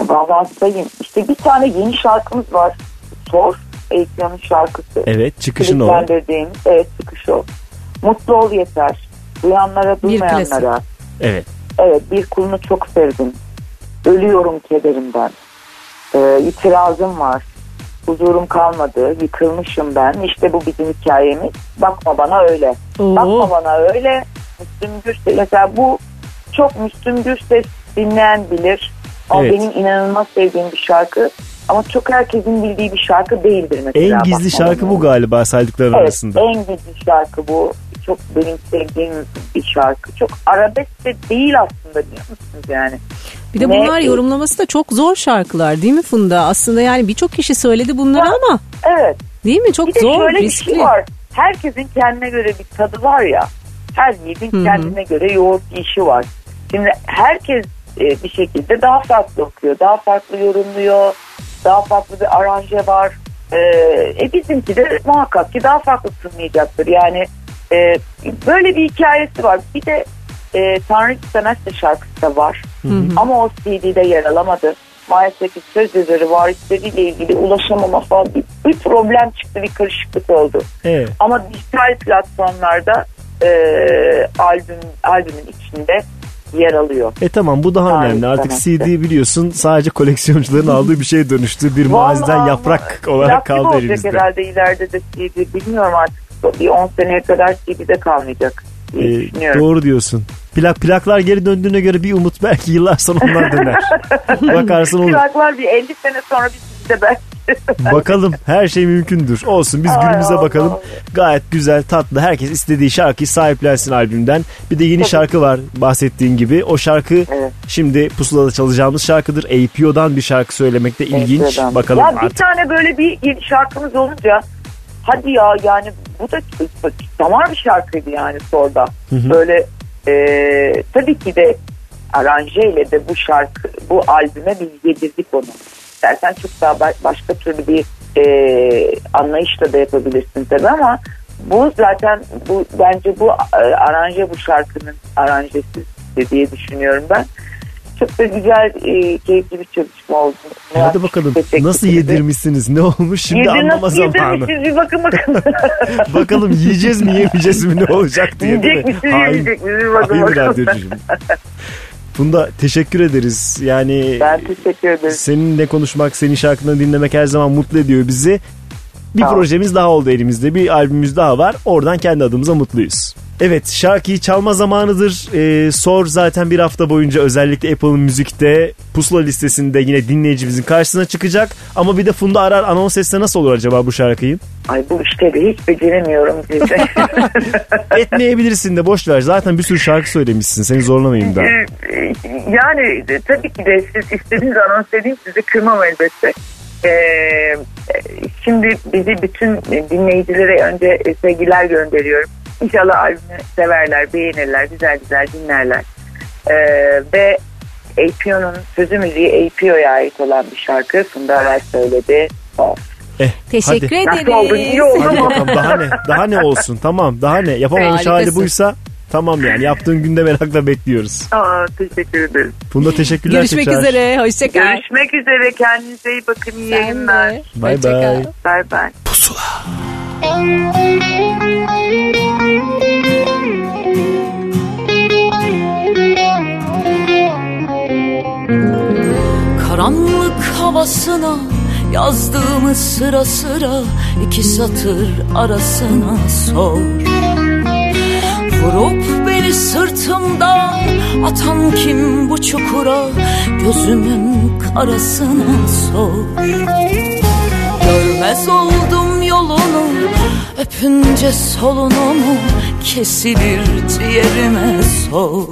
Vallahi sayayım. İşte bir tane yeni şarkımız var. Sor. Eyüp'ün şarkısı. Evet, çıkışın o. Evet, çıkış o. Mutlu ol yeter. Duyanlara, duymayanlara. Evet. Evet, bir kulunu çok sevdim. Ölüyorum kederimden. İtirazım var. Huzurum kalmadı. Yıkılmışım ben. İşte bu bizim hikayemiz. Bakma bana öyle. Bakma bana öyle. Müslüm Gürses. Mesela bu çok Müslüm Gürses dinleyen bilir. Ama benim inanılmaz sevdiğim bir şarkı. Ama çok herkesin bildiği bir şarkı değildir mesela. En gizli şarkı bu galiba saydıkların arasında. Evet, en gizli şarkı bu. Çok benim sevdiğim bir şarkı. Çok arabesk de değil aslında, biliyor musunuz yani. Bir de bunlar yorumlaması da çok zor şarkılar değil mi Funda? Aslında yani birçok kişi söyledi bunları ama. Evet. Değil mi? Çok bir zor, şöyle riskli. Bir şey var. Herkesin kendine göre bir tadı var ya. Her yiğidin kendine göre yoğurt yiyişi var. Şimdi herkes bir şekilde daha farklı okuyor. Daha farklı yorumluyor. Daha farklı bir aranje var. Bizimki de muhakkak ki daha farklı tınlayacaktır. Yani böyle bir hikayesi var. Bir de Tanrı İstemezse şarkısı da var. Ama o CD'de yer alamadı. Maalesef ki söz yazarı varisleriyle ilgili ulaşamama falan bir problem çıktı. Bir karışıklık oldu. Evet. Ama dijital platformlarda albümün içinde yer alıyor. Tamam, bu daha önemli. Artık CD biliyorsun sadece koleksiyoncuların aldığı bir şeye dönüştü. Bir maziden yaprak olarak kaldı elimizde. Herhalde ileride de CD, bilmiyorum artık. Bir 10 seneye kadar CD'de kalmayacak diye düşünüyorum. Doğru diyorsun. Plaklar geri döndüğüne göre bir umut, belki yıllar sonra onlar döner. Bakarsın olur. Plaklar bir 50 sene sonra bir CD'de belki. Bakalım, her şey mümkündür. Olsun, biz günümüze bakalım. Gayet güzel, tatlı. Herkes istediği şarkıyı sahiplensin albümden. Bir de yeni şarkı var bahsettiğin gibi. O şarkı şimdi Pusula'da çalacağımız şarkıdır. APO'dan bir şarkı söylemek de ilginç. Bakalım ya artık. Bir tane böyle bir yeni şarkımız olunca hadi ya, yani bu da damar bir şarkıydı yani Sor'da. Böyle tabii ki de aranjeyle de bu şarkı, bu albüme biz yedirdik onu. İstersen çok daha başka türlü bir anlayışla da yapabilirsin tabii, ama bu zaten bence bu aranje, bu şarkının aranjesi diye düşünüyorum ben. Çok da güzel, keyifli bir çalışma oldu. Hadi bakalım, nasıl yedirmişsiniz, ne olmuş şimdi anlama zamanı. Yedirmişsiniz, bir bakın. Bakalım yiyeceğiz mi yemeyeceğiz mi, ne olacak diye. Yiyecek misiniz, yemeyecek misiniz, bir bakın. Hayır radyocuğum. Bunda teşekkür ederiz. Yani ben teşekkür ederim. Seninle konuşmak, senin şarkını dinlemek her zaman mutlu ediyor bizi. Bir projemiz daha oldu elimizde. Bir albümümüz daha var. Oradan kendi adımıza mutluyuz. Evet, şarkıyı çalma zamanıdır. Sor zaten bir hafta boyunca özellikle Apple Müzik'te Pusula listesinde yine dinleyicimizin karşısına çıkacak. Ama bir de Funda arar anons etse nasıl olur acaba bu şarkıyı? Ay bu işte de hiç beceremiyorum. Etmeyebilirsin de, boş ver. Zaten bir sürü şarkı söylemişsin. Seni zorlamayayım daha. Yani tabii ki de siz istediğiniz anons edeyim, sizi kırmam elbette. Şimdi bizi bütün dinleyicilere önce sevgiler gönderiyorum. İnşallah albümü severler, beğenirler, güzel güzel dinlerler. Ve APO'nun sözü müziği APO'ya ait olan bir şarkı. Funda Aral söyledi. Teşekkür ederiz. Nasıl oldu? İyi oldu mu? Daha ne olsun, tamam, daha ne, yapamamış hali buysa tamam, yani yaptığın günde merakla bekliyoruz. Teşekkür ederim. Funda teşekkürler. Görüşmek üzere, hoşçakal. Görüşmek üzere, kendinize iyi bakın, iyi yayınlar. Bye bye. Bye bye. Pusula. Karanlık havasına yazdığımız sıra sıra 2 satır arasına sor. Vurup beni sırtımdan atan kim bu çukura, gözümün karasına sor. Görmez oldum yolunu, öpünce solunumu kesilir ciğerime sor.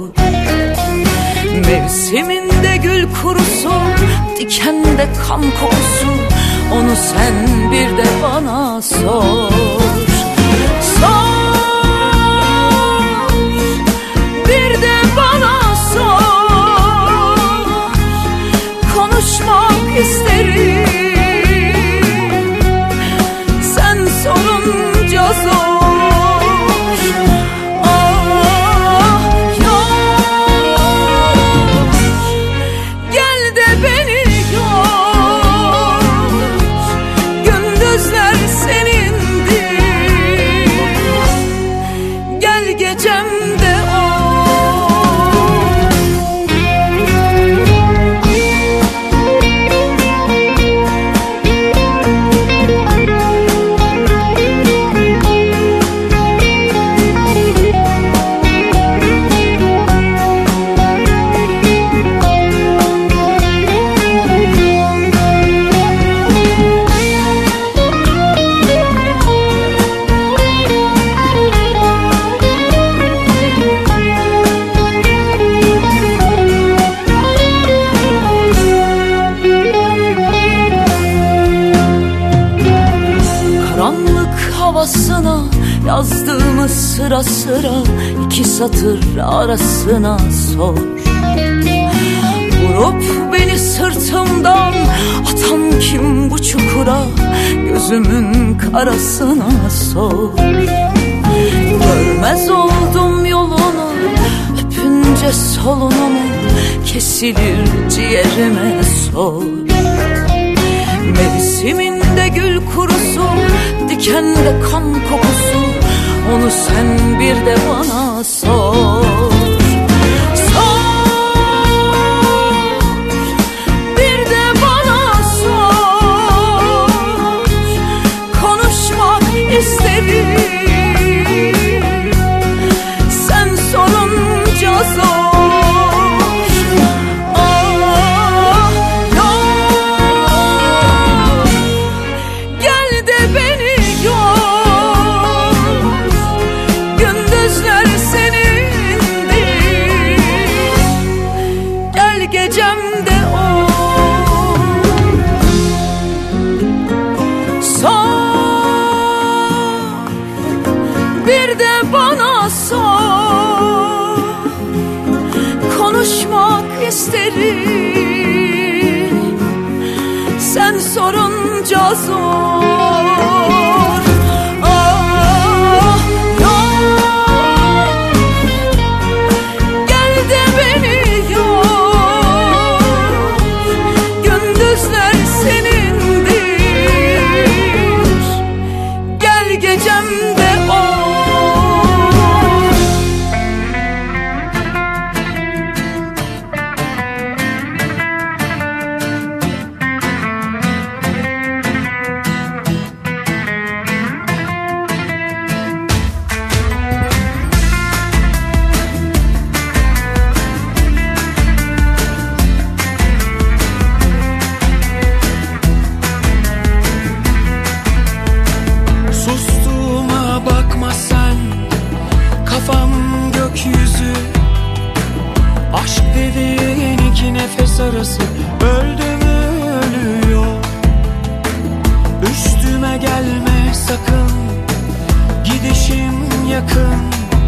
Mevsiminde gül kurusu, dikende kan kokusu, onu sen bir de bana sor. Sor, bir de bana sor. Konuşmak isterim, sen sorunca zor. Gel de beni sıra sıra 2 satır arasına sor. Vurup beni sırtımdan atan kim bu çukura, gözümün karasına sor. Görmez oldum yolunu, öpünce solunu mu kesilir ciğerime sor. Mevsiminde gül kurusu, dikende kan kokusu, onu sen bir de bana sor. Sen sorunca zor. Ah, yok. Gel de beni gör. Gündüzler senindir. Gel gecemde ol. Bir de bana sor. Konuşmak isterim. Sen sorunca zor. Ah, yok. Gel de beni yor. Gündüzler senindir. Gel gecemde ol. Sustuğuma bakma sen, kafam gökyüzü. Aşk dediğin 2 nefes arası, öldü mü ölüyor. Üstüme gelme sakın, gidişim yakın.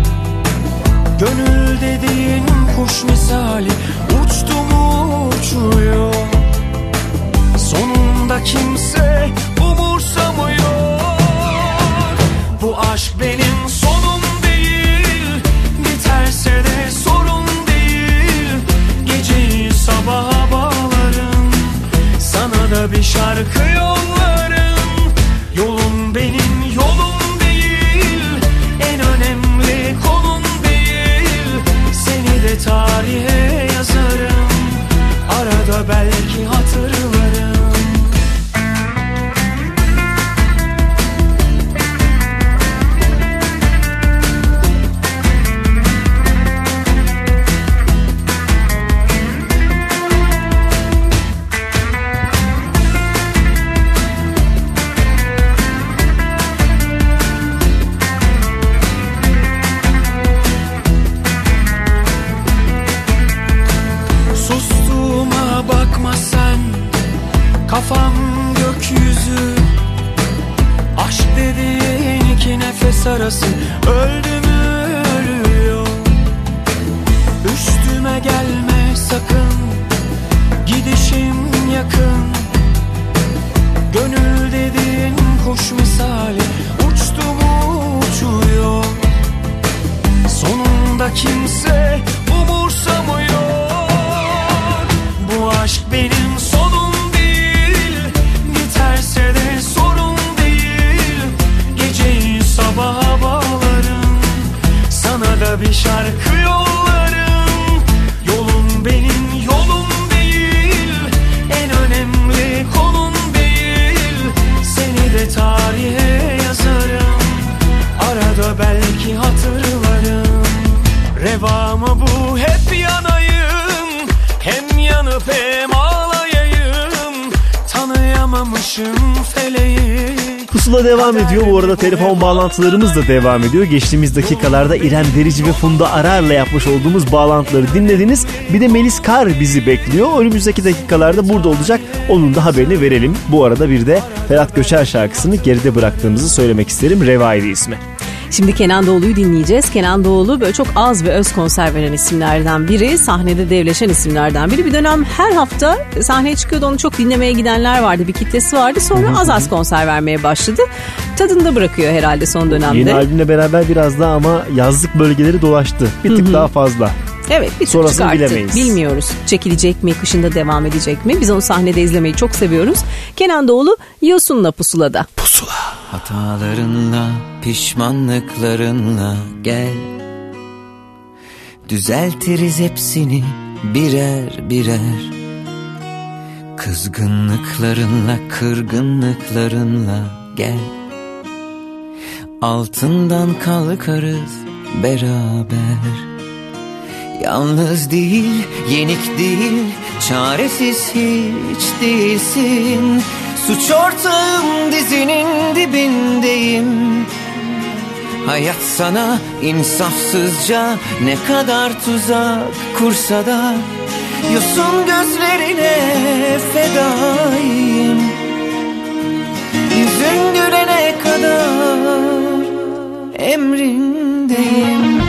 Gönül dediğin kuş misali, uçtu mu uçuyor. Sonunda kimse umursamıyor. Bu aşk benim sonum değil, biterse de sorun değil. Geceyi sabaha bağlarım, sana da bir şarkı yollarım. Yolun benim yolum değil, en önemli konum değil. Seni de tarihe yazarım, arada belki hatırlarım. Sustuğuma bakma sen, kafam gökyüzü. Aşk dediğin 2 nefes arası, öldü mü ölüyor. Üstüme gelme sakın, gidişim yakın. Gönül dediğin kuş misali, uçtu mu uçuyor. Sonunda kimse umursamıyor. Bu aşk benim sonum değil, biterse de sorun değil. Geceyi sabaha bağlarım, sana da bir şarkı yollarım. Yolun benim yolum değil, en önemli konum değil. Seni de tarihe yazarım, arada belki hatırlarım. Reva mı bu hep yanayım, hem yanıp hem ağlayayım. Tanıyamamışım feleği. Pusula devam ediyor. Bu arada telefon bağlantılarımız da devam ediyor. Geçtiğimiz dakikalarda İrem Derici ve Funda Arar'la yapmış olduğumuz bağlantıları dinlediniz. Bir de Melis Kar bizi bekliyor. Önümüzdeki dakikalarda burada olacak. Onun da haberini verelim. Bu arada bir de Ferhat Göçer şarkısını geride bıraktığımızı söylemek isterim. Revayri ismi. Şimdi Kenan Doğulu'yu dinleyeceğiz. Kenan Doğulu böyle çok az ve öz konser veren isimlerden biri. Sahnede devleşen isimlerden biri. Bir dönem her hafta sahneye çıkıyordu. Onu çok dinlemeye gidenler vardı. Bir kitlesi vardı. Sonra az konser vermeye başladı. Tadını da bırakıyor herhalde son dönemde. Yeni albümle beraber biraz daha ama yazlık bölgeleri dolaştı. Bir tık daha fazla. Evet, bir tık çıkarttı. Bilmiyoruz. Çekilecek mi, kışında devam edecek mi? Biz onu sahnede izlemeyi çok seviyoruz. Kenan Doğulu Yosun'la Pusula'da. Pusula. Hatalarınla, pişmanlıklarınla gel. Düzeltiriz hepsini birer birer. Kızgınlıklarınla, kırgınlıklarınla gel. Altından kalkarız beraber. Yalnız değil, yenik değil, çaresiz hiç değilsin. Suç ortağım, dizinin dibindeyim. Hayat sana insafsızca ne kadar tuzak kursa da yosun gözlerine fedayım. Yüzün gülene kadar emrindeyim.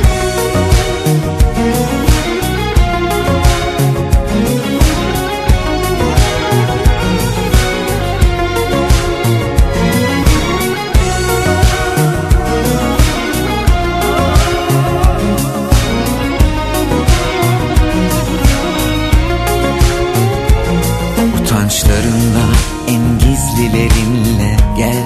Utançlarınla, en gizlilerinle gel.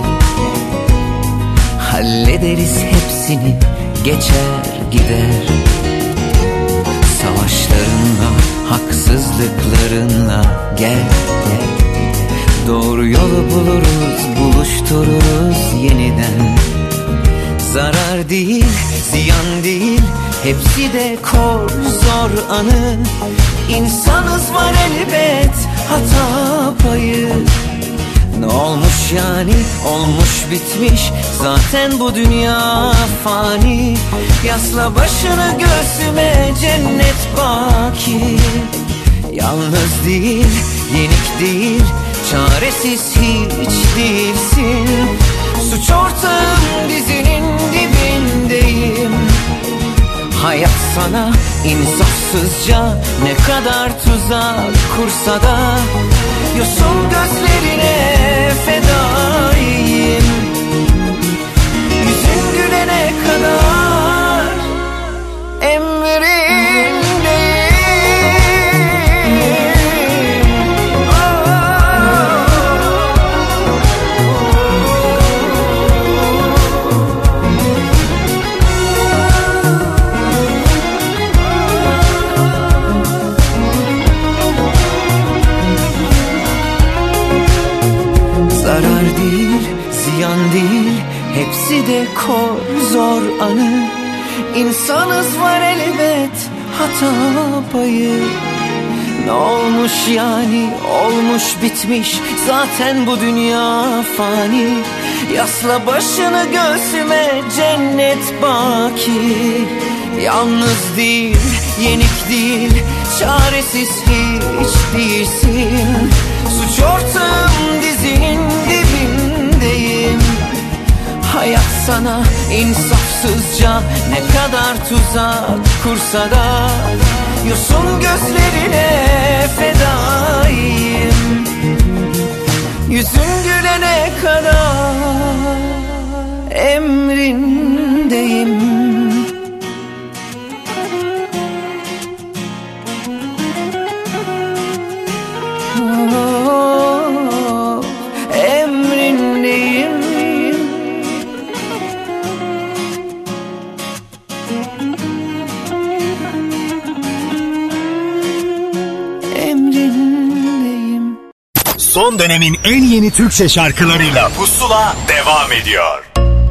Hallederiz hepsini, geçer gider. Savaşlarınla, haksızlıklarınla gel. Doğru yolu buluruz, buluştururuz yeniden. Zarar değil, ziyan değil, hepsi de kor zor anı. İnsanız var elbet, hata payı. Ne olmuş yani, olmuş bitmiş, zaten bu dünya fani. Yasla başını göğsüme, cennet baki. Yalnız değil, yenik değil, çaresiz hiç değilsin. Suç ortağım, dizinin dibindeyim. Hayat sana insafsızca ne kadar tuzak kursa da yosun gözlerine fedayım. Yüzün gülene kadar emrindeyim. Zarar değil, ziyan değil, hepsi de kor zor anı. İnsanız var elbet, hata payı. Ne olmuş yani, olmuş bitmiş, zaten bu dünya fani. Yasla başını göğsüme, cennet baki. Yalnız değil, yenik değil, çaresiz hiç değilsin. Suç ortağım, dizinin dibindeyim. Hayat sana insafsızca ne kadar tuzak kursa da yosun gözlerine fedayım. Yüzün gülene kadar emrindeyim. Emrindeyim. Emrindeyim. Son dönemin en yeni Türkçe şarkılarıyla Pusula devam ediyor.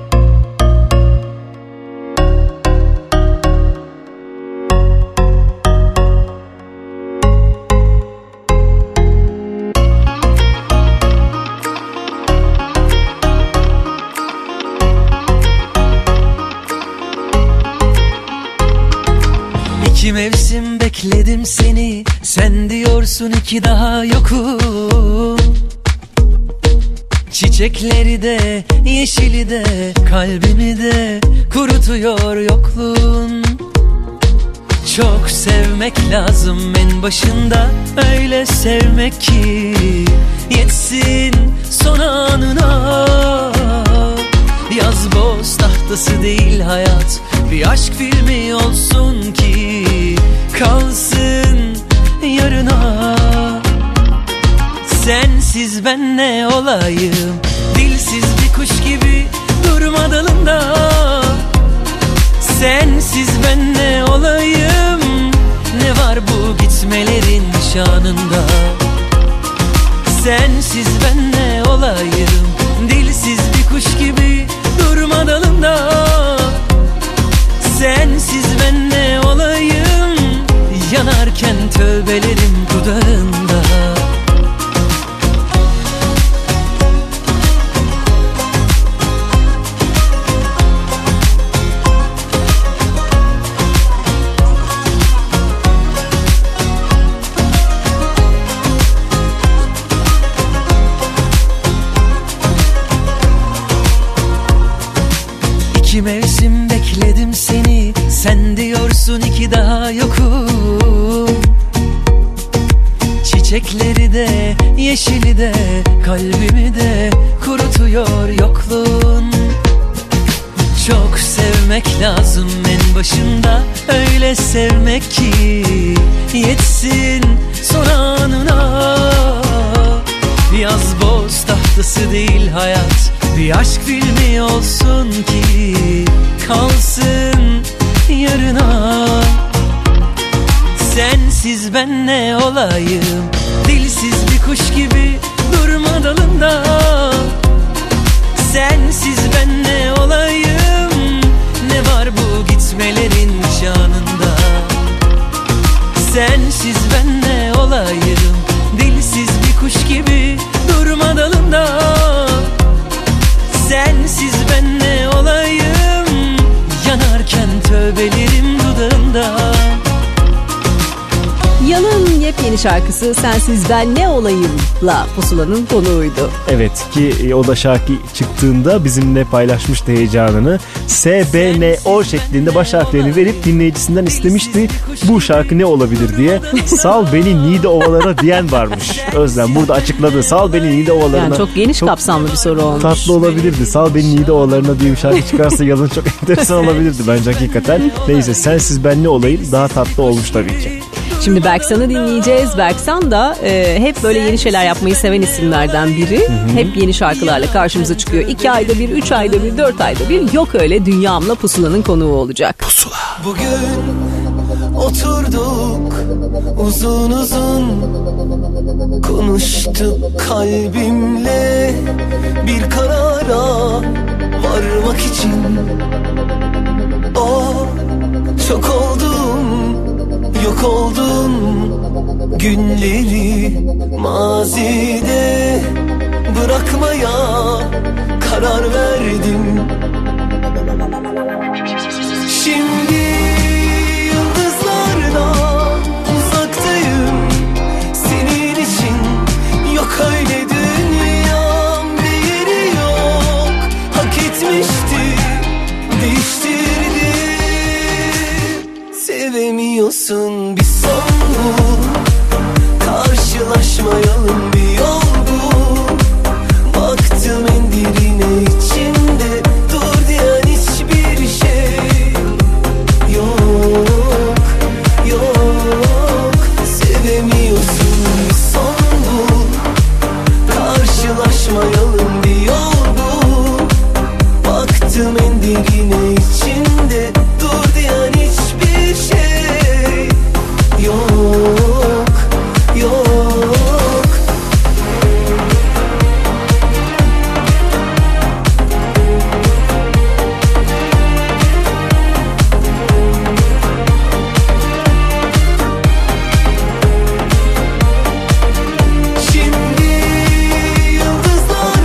İki mevsim bekledim seni, sen diyorsun iki daha yokum. Çiçekleri de yeşili de kalbimi de kurutuyor yokluğun. Çok sevmek lazım en başında, öyle sevmek ki yetsin son anına. Yaz boz tahtası değil hayat, bir aşk filmi olsun ki kalsın yarına. Sensiz ben ne olayım, dilsiz bir kuş gibi durma dalında. Sensiz ben ne olayım, ne var bu gitmelerin şanında. Sensiz ben ne olayım, dilsiz bir kuş gibi durma dalında. Sensiz ben ne olayım, yanarken tövbelerim dudağında. İki mevsim bekledim seni, sen diyorsun iki daha yokum. Çiçekleri de yeşili de kalbimi de kurutuyor yokluğun. Çok sevmek lazım en başında, öyle sevmek ki yetsin son anına. Yaz boz tahtası değil hayat, bir aşk filmi olsun ki kalsın yarına. Sensiz ben ne olayım, dilsiz bir kuş gibi durma dalında. Sensiz ben ne olayım, ne var bu gitmelerin şanında. Sensiz ben ne olayım, dilsiz bir kuş gibi durma dalında. Sensiz ben ne olayım, yanarken tövbelerim dudağında. Yalın yepyeni şarkısı Sensiz Ben Ne Olayım'la Pusula'nın konuğuydu. Evet ki o da şarkı çıktığında bizimle paylaşmıştı heyecanını. SBNO şeklinde baş harflerini verip dinleyicisinden istemişti bu şarkı ne olabilir diye. Sal beni Niğde Ovalarına diyen varmış. Özlem burada açıkladı. Sal beni Niğde Ovalarına. Yani çok geniş kapsamlı bir soru olmuş. Tatlı olabilirdi. Sal beni Niğde Ovalarına diye bir şarkı çıkarsa Yalın çok enteresan olabilirdi bence hakikaten. Neyse Sensiz Ben Ne Olayım daha tatlı olmuş tabii ki. Şimdi Berksan'ı dinleyeceğiz. Berksan da hep böyle yeni şeyler yapmayı seven isimlerden biri. Hı-hı. Hep yeni şarkılarla karşımıza çıkıyor. 2 ayda bir, 3 ayda bir, 4 ayda bir. Yok öyle Dünyam'la Pusula'nın konuğu olacak. Pusula. Bugün oturduk uzun uzun konuştuk kalbimle bir karara varmak için. Çok oldum, yok oldum, günleri mazide bırakmaya karar verdim. Şimdi yıldızlarla uzaktayım, senin için yok öyle dünyam, bir yeri yok, hak etmişti, değiştirdi. Sevemiyorsun bir son bu, karşılaşmayalım bir yol bu. Baktım en derine içinde, dur diyen hiçbir şey yok, yok. Sevemiyorsun bir son bu, karşılaşmayalım bir yol bu. Baktım en derine içinde, dur diyen hiçbir şey yok, yok. Şimdi yıldızlarla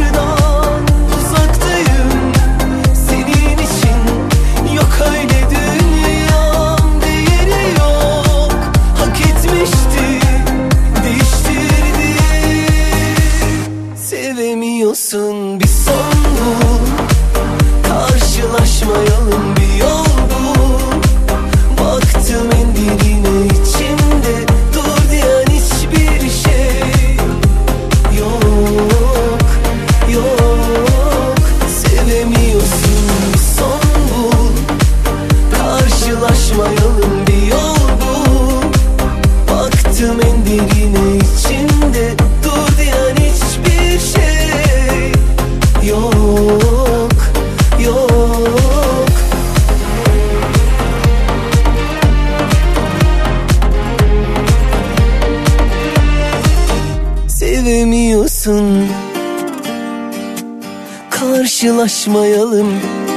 sevemiyorsun. Karşılaşmayalım.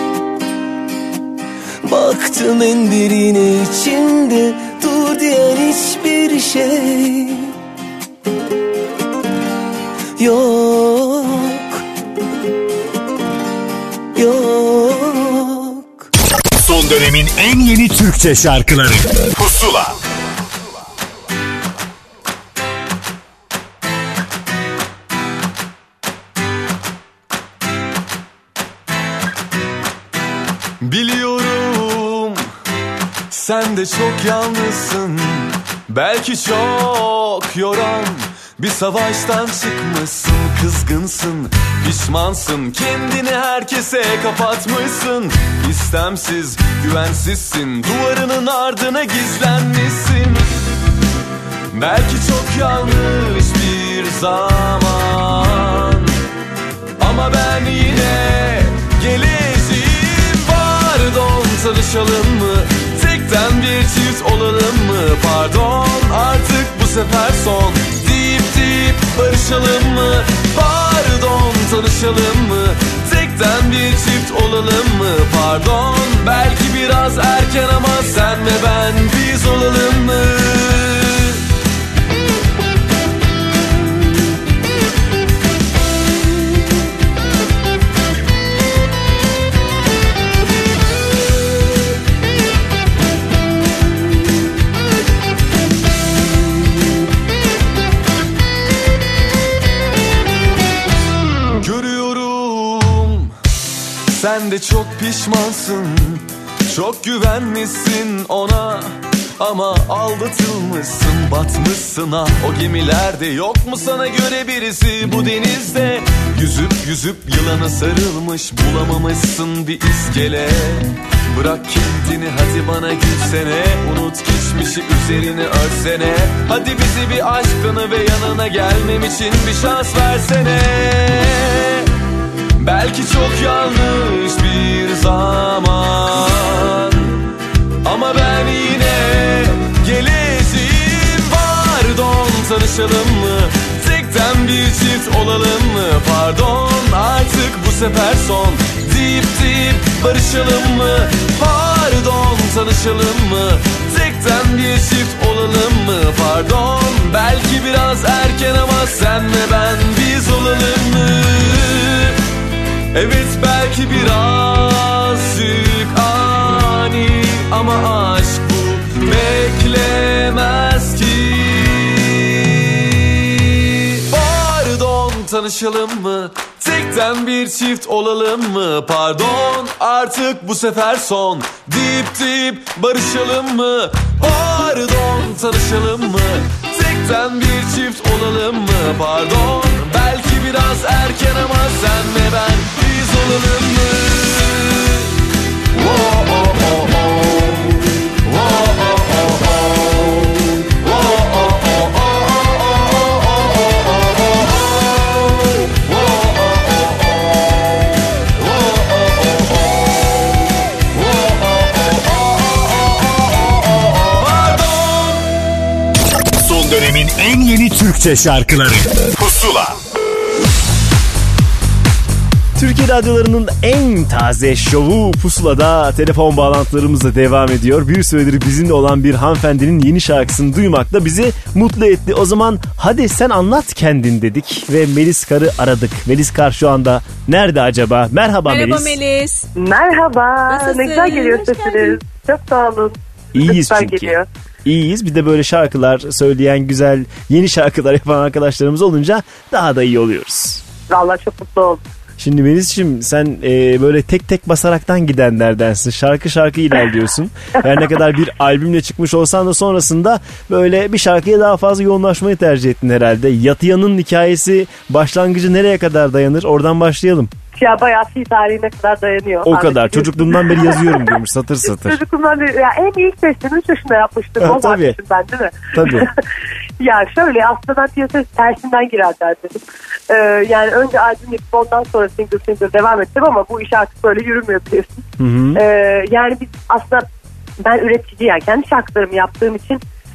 Baktım en derine içinde, dur diyen hiçbir şey yok. Yok. Son dönemin en yeni Türkçe şarkıları Pusula. Biliyorum sen de çok yalnızsın. Belki çok yoran bir savaştan çıkmışsın. Kızgınsın, pişmansın, kendini herkese kapatmışsın. İstemsiz, güvensizsin, duvarının ardına gizlenmişsin. Belki çok yanlış bir zaman, ama ben yine geleceğim. Pardon, tanışalım mı? Tekten bir çift olalım mı? Pardon, artık bu sefer son deyip barışalım mı? Pardon, tanışalım mı? Tekten bir çift olalım mı? Pardon, belki biraz erken ama sen ve ben biz olalım mı? Sen de çok pişmansın, çok güvenmişsin ona, ama aldatılmışsın, batmışsın ha o gemilerde. Yok mu sana göre birisi bu denizde? Yüzüp yılana sarılmış, bulamamışsın bir iskele. Bırak kendini, hadi bana gülsene, unut geçmişi, üzerini örsene. Hadi bizi bir aşkını ve yanına gelmem için bir şans versene. Belki çok yanlış bir zaman, ama ben yine geleceğim. Pardon, tanışalım mı? Tekten bir çift olalım mı? Pardon, artık bu sefer son deyip barışalım mı? Pardon, tanışalım mı? Tekten bir çift olalım mı? Pardon, belki biraz erken ama sen ve ben biz olalım mı? Evet, belki birazcık ani, ama aşk bu beklemez ki. Pardon, tanışalım mı? Tekten bir çift olalım mı? Pardon, artık bu sefer son deyip barışalım mı? Pardon, tanışalım mı? Tekten bir çift olalım mı? Pardon, belki biraz erken ama sen ve ben biz olalım mı? Oh, oh, oh, oh. Oh, oh, oh, oh. Oh, oh, oh, oh. Son dönemin en yeni Türkçe şarkıları Pusula. Türkiye radyolarının en taze şovu Pusula'da telefon bağlantılarımızla devam ediyor. Bir süredir bizimle olan bir hanımefendinin yeni şarkısını duymak da bizi mutlu etti. O zaman hadi sen anlat kendin dedik ve Melis Kar'ı aradık. Melis Kar şu anda nerede acaba? Merhaba Melis. Merhaba Melis. Merhaba. Nasılsın? Ne güzel geliyor sesiniz. Çok sağ olun. İyiyiz Güzel çünkü. geliyor. İyiyiz. Bir de böyle şarkılar söyleyen, güzel yeni şarkılar yapan arkadaşlarımız olunca daha da iyi oluyoruz. Vallahi çok mutlu oldum. Şimdi Melis'ciğim sen böyle tek tek basaraktan gidenlerdensin. Şarkı ilerliyorsun. Her ne kadar bir albümle çıkmış olsan da sonrasında böyle bir şarkıya daha fazla yoğunlaşmayı tercih ettin herhalde. Yatıyan'ın hikayesi, başlangıcı nereye kadar dayanır? Oradan başlayalım. Ya bayağı fi tarihine kadar dayanıyor. O kadar. Çocukluğumdan beri yazıyorum diyormuş satır satır. Çocukluğumdan beri. Ya en ilk sesini 3 yaşında yapmıştım. O varmışım ben, değil mi? Tabii. Ya şöyle, aslında ben piyasaya tersinden girerler dedim. Yani önce albüm yapıp ondan sonra single devam ettim ama bu iş artık böyle yürümüyor biliyorsun. Hı hı. Yani biz aslında, ben üretici, yani kendi şarkılarımı yaptığım için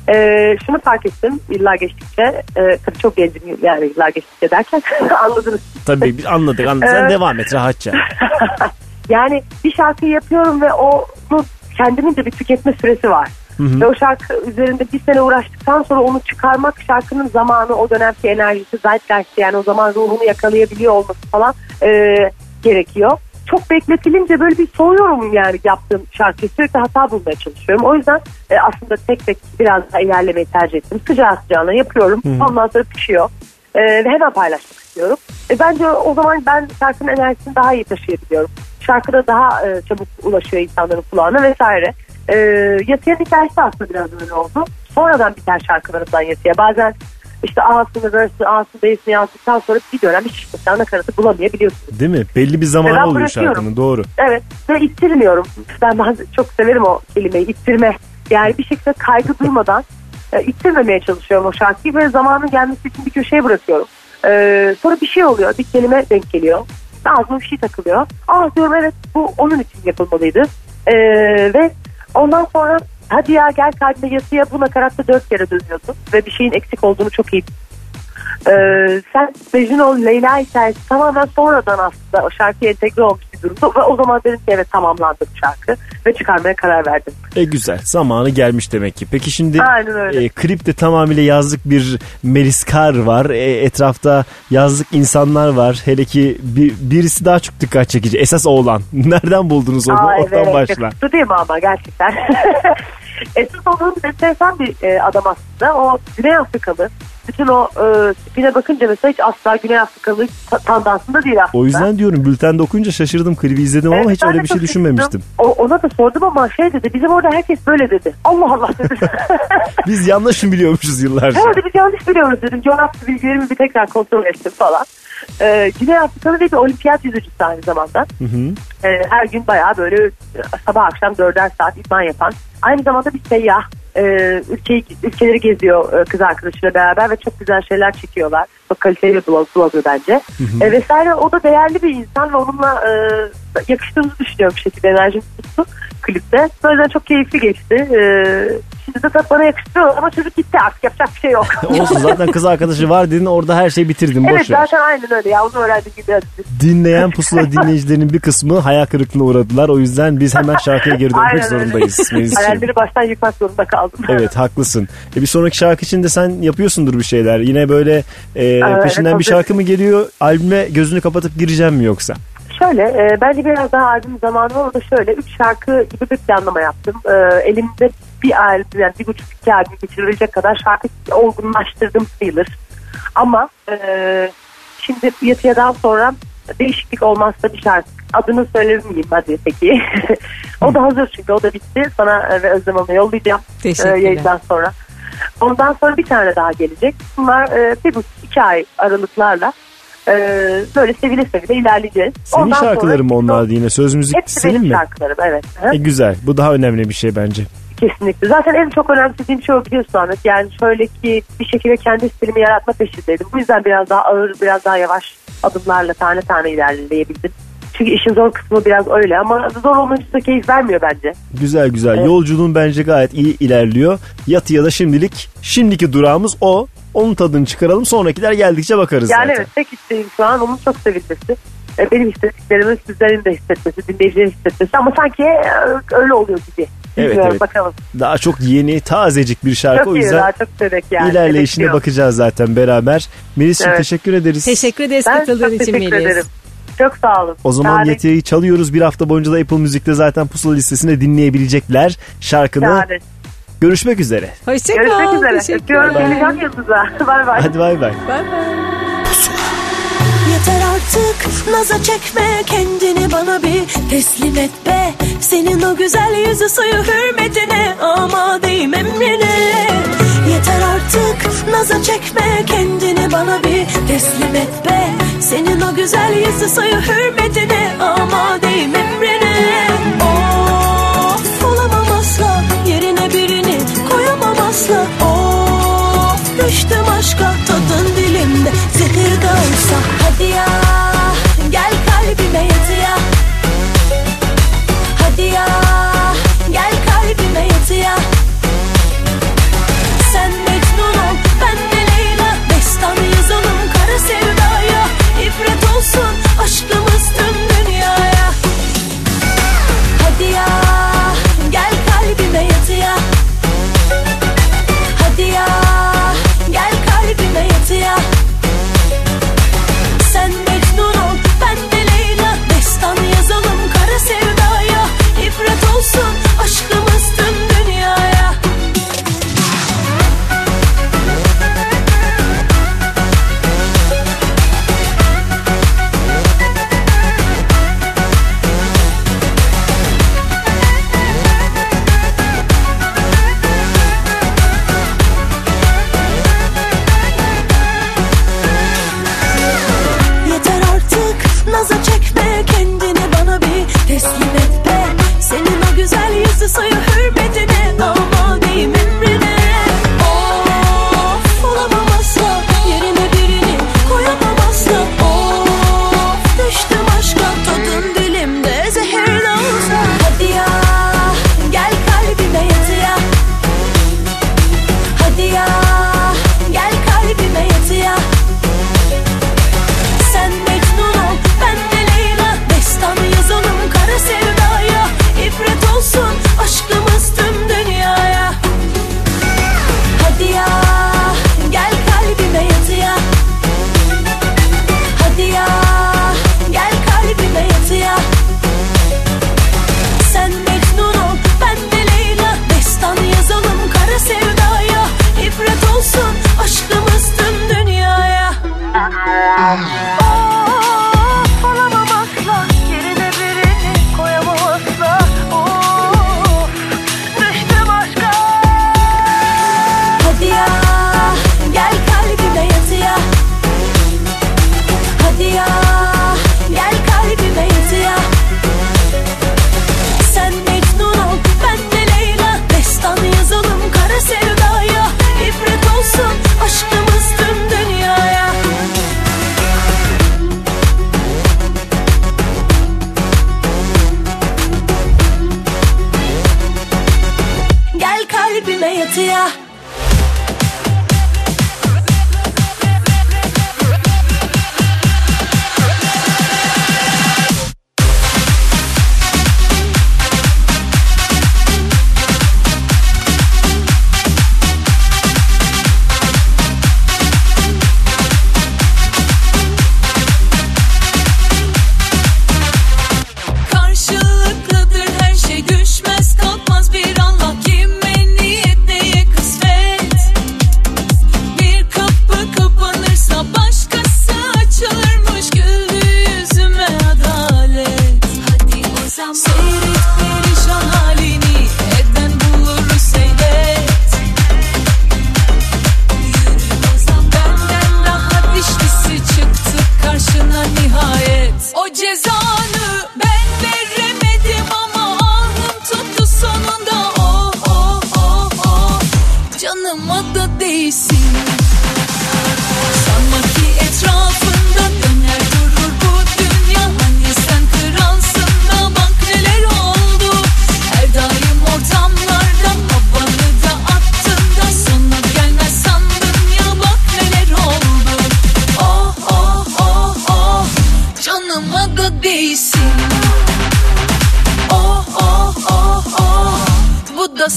Şunu fark ettim yıllar geçtikçe. Tabii çok gencim yani yıllar geçtikçe derken anladınız. Tabii biz anladık. Sen devam et rahatça. Yani bir şarkıyı yapıyorum ve onu kendimin de bir tüketme süresi var. Hı-hı. Ve o şarkı üzerinde bir sene uğraştıktan sonra onu çıkarmak, şarkının zamanı, o dönemki enerjisi, zeitgeist, yani o zaman ruhunu yakalayabiliyor olması falan gerekiyor. Çok bekletilince böyle bir soğuyorum yani yaptığım şarkıyı. Sürekli hata bulmaya çalışıyorum. O yüzden aslında tek tek biraz daha ilerlemeyi tercih ettim. Sıcağı sıcağına yapıyorum. Ondan sonra pişiyor. Ve hemen paylaşmak istiyorum. Bence o zaman ben şarkının enerjisini daha iyi taşıyabiliyorum. Şarkıda daha çabuk ulaşıyor insanların kulağına vesaire. Yatıyan hikayesi aslında biraz öyle oldu. Sonradan biter şarkılarımdan yatıya. Bazen işte A'sını, verse'ini, A'sını, B'sini yazdıktan sonra bir dönem hiç mesela nakaratı bulamayabiliyorsunuz. Değil mi? Belli bir zaman oluyor şarkının, doğru. Evet ve ittirmiyorum. Ben çok severim o kelimeyi, ittirme. Yani bir şekilde kaygı duymadan ittirmemeye çalışıyorum o şarkıyı ve zamanın gelmesi için bir köşeye bırakıyorum. Sonra bir şey oluyor, bir kelime denk geliyor. Ağzıma bir şey takılıyor. Diyorum evet bu onun için yapılmalıydı. Ve ondan sonra hadi ya gel kalbime yatıya bu nakaratta 4 kere dönüyorsun ve bir şeyin eksik olduğunu çok iyi. Sen Mecnun Leyla hikayesi tamamen sonradan aslında o şarkıya entegre olmuş bir durumda ve o zaman dedim ki evet tamamlandı bu şarkı ve çıkarmaya karar verdim. Güzel, zamanı gelmiş demek ki. Peki şimdi klipte tamamıyla yazlık bir Melis Kar var. Etrafta yazlık insanlar var. Hele ki birisi daha çok dikkat çekici. Esas oğlan. Nereden buldunuz onu? Oradan başla. Yakıştı değil mi ama gerçekten? Esas oğlan enteresan bir adam aslında. O Güney Afrikalı. Bütün o tipine bakınca mesela hiç asla Güney Afrikalı tandansında değil aslında. O yüzden diyorum bültende okuyunca şaşırdım, klibi izledim ama hiç öyle bir şey düşünmemiştim. Ona da sordum ama dedi bizim orada herkes böyle dedi. Allah Allah dedi. Biz yanlış mı biliyormuşuz yıllarca? Evet biz yanlış biliyoruz dedim. Coğrafya bilgilerimi bir tekrar kontrol ettim falan. Güney Afrikalı bir olimpiyat yüzücüsü aynı zamanda. Her gün bayağı böyle sabah akşam 4'er saat idman yapan. Aynı zamanda bir seyyah. Ülkeleri geziyor kız arkadaşıyla beraber ve çok güzel şeyler çekiyorlar. Çok kaliteli bir blogger bence. Vesaire. O da değerli bir insan ve onunla yakıştığımızı düşünüyorum bir şekilde, enerjim tuttu klipte. O yüzden çok keyifli geçti. Şimdi de bana yakıştırıyor ama çocuk gitti artık, yapacak bir şey yok. Olsun, zaten kız arkadaşı var dedin, orada her şeyi bitirdin. Evet boş ver. Zaten aynen öyle ya, onu öğrendim gibi. Dinleyen Pusula dinleyicilerinin bir kısmı hayal kırıklığına uğradılar. O yüzden biz hemen şarkıya geri dönmek zorundayız. Hayalleri baştan yıkmak zorunda kaldım. Evet haklısın. Bir sonraki şarkı için de sen yapıyorsundur bir şeyler. Yine böyle peşinden bir şarkı mı geliyor? Albüme gözünü kapatıp gireceğim mi yoksa? Şöyle bence biraz daha albüm zamanı var. O da şöyle 3 şarkı gibi bir planlama yaptım. Elimde bir albüm, yani 1,5-2 albüm geçirilecek kadar şarkı olgunlaştırdım sayılır. Ama şimdi Yatıyadan sonra değişiklik olmazsa bir şarkı. Adını söyler miyim hadi peki? O da hazır çünkü o da bitti. Sana ve Özlem Hanım'a yollayacağım yayından sonra. Ondan sonra bir tane daha gelecek. Bunlar 1,5-2 ay aralıklarla böyle sevile ilerleyeceğiz. Senin şarkıların mı onlar yine? Söz müzik senin mi? Hepsi benim şarkılarım, evet. Güzel. Bu daha önemli bir şey bence. Kesinlikle. Zaten en çok önemsediğim şey o, biliyorsun Ahmet. Yani şöyle ki bir şekilde kendi stilimi yaratma peşindeydim. Bu yüzden biraz daha ağır, biraz daha yavaş adımlarla tane tane ilerleyebildim. Çünkü işin zor kısmı biraz öyle ama zor olmayınca da keyif vermiyor bence. Güzel. Evet. Yolculuğun bence gayet iyi ilerliyor. Yatıya da şimdiki durağımız o. Onun tadını çıkaralım. Sonrakiler geldikçe bakarız yani zaten. Evet, tek isteğim şu an onun çok sevilmesi. Benim hissettiklerimi sizlerin de hissetmesi, dinleyicilerin hissetmesi ama sanki öyle oluyor gibi. Evet. Bakalım. Daha çok yeni, tazecik bir şarkı. Çok o yüzden daha çok sevek yani. İlerleyişine bakacağız zaten beraber. Melis'ciğim teşekkür ederiz. Teşekkür ederiz katıldığın için Melis. Teşekkür ederim. Çok sağ olun. O zaman Yatıya'yı çalıyoruz. Bir hafta boyunca da Apple Müzik'te zaten Pusula listesinde dinleyebilecekler şarkını. Görüşmek üzere. Hoşçakal. Görüşmek üzere. Öpüyorum. Geleceğim Yıldız'a. Bay bay. Hadi bay bay. Yeter artık naza çekme, kendini bana bir teslim et be. Senin o güzel yüzü suyu hürmetine amadeyim emrine. Yeter artık naza çekme, kendini bana bir teslim et be. Senin o güzel yüzü suyu hürmetine amadeyim emrine. Of olamam asla, yerine birini koyamam asla. Of düştüm aşka, tadın dilimde zehir de olsa. Hadi ya gel kalbime yatıya. Hadi ya gel kalbime yatıya.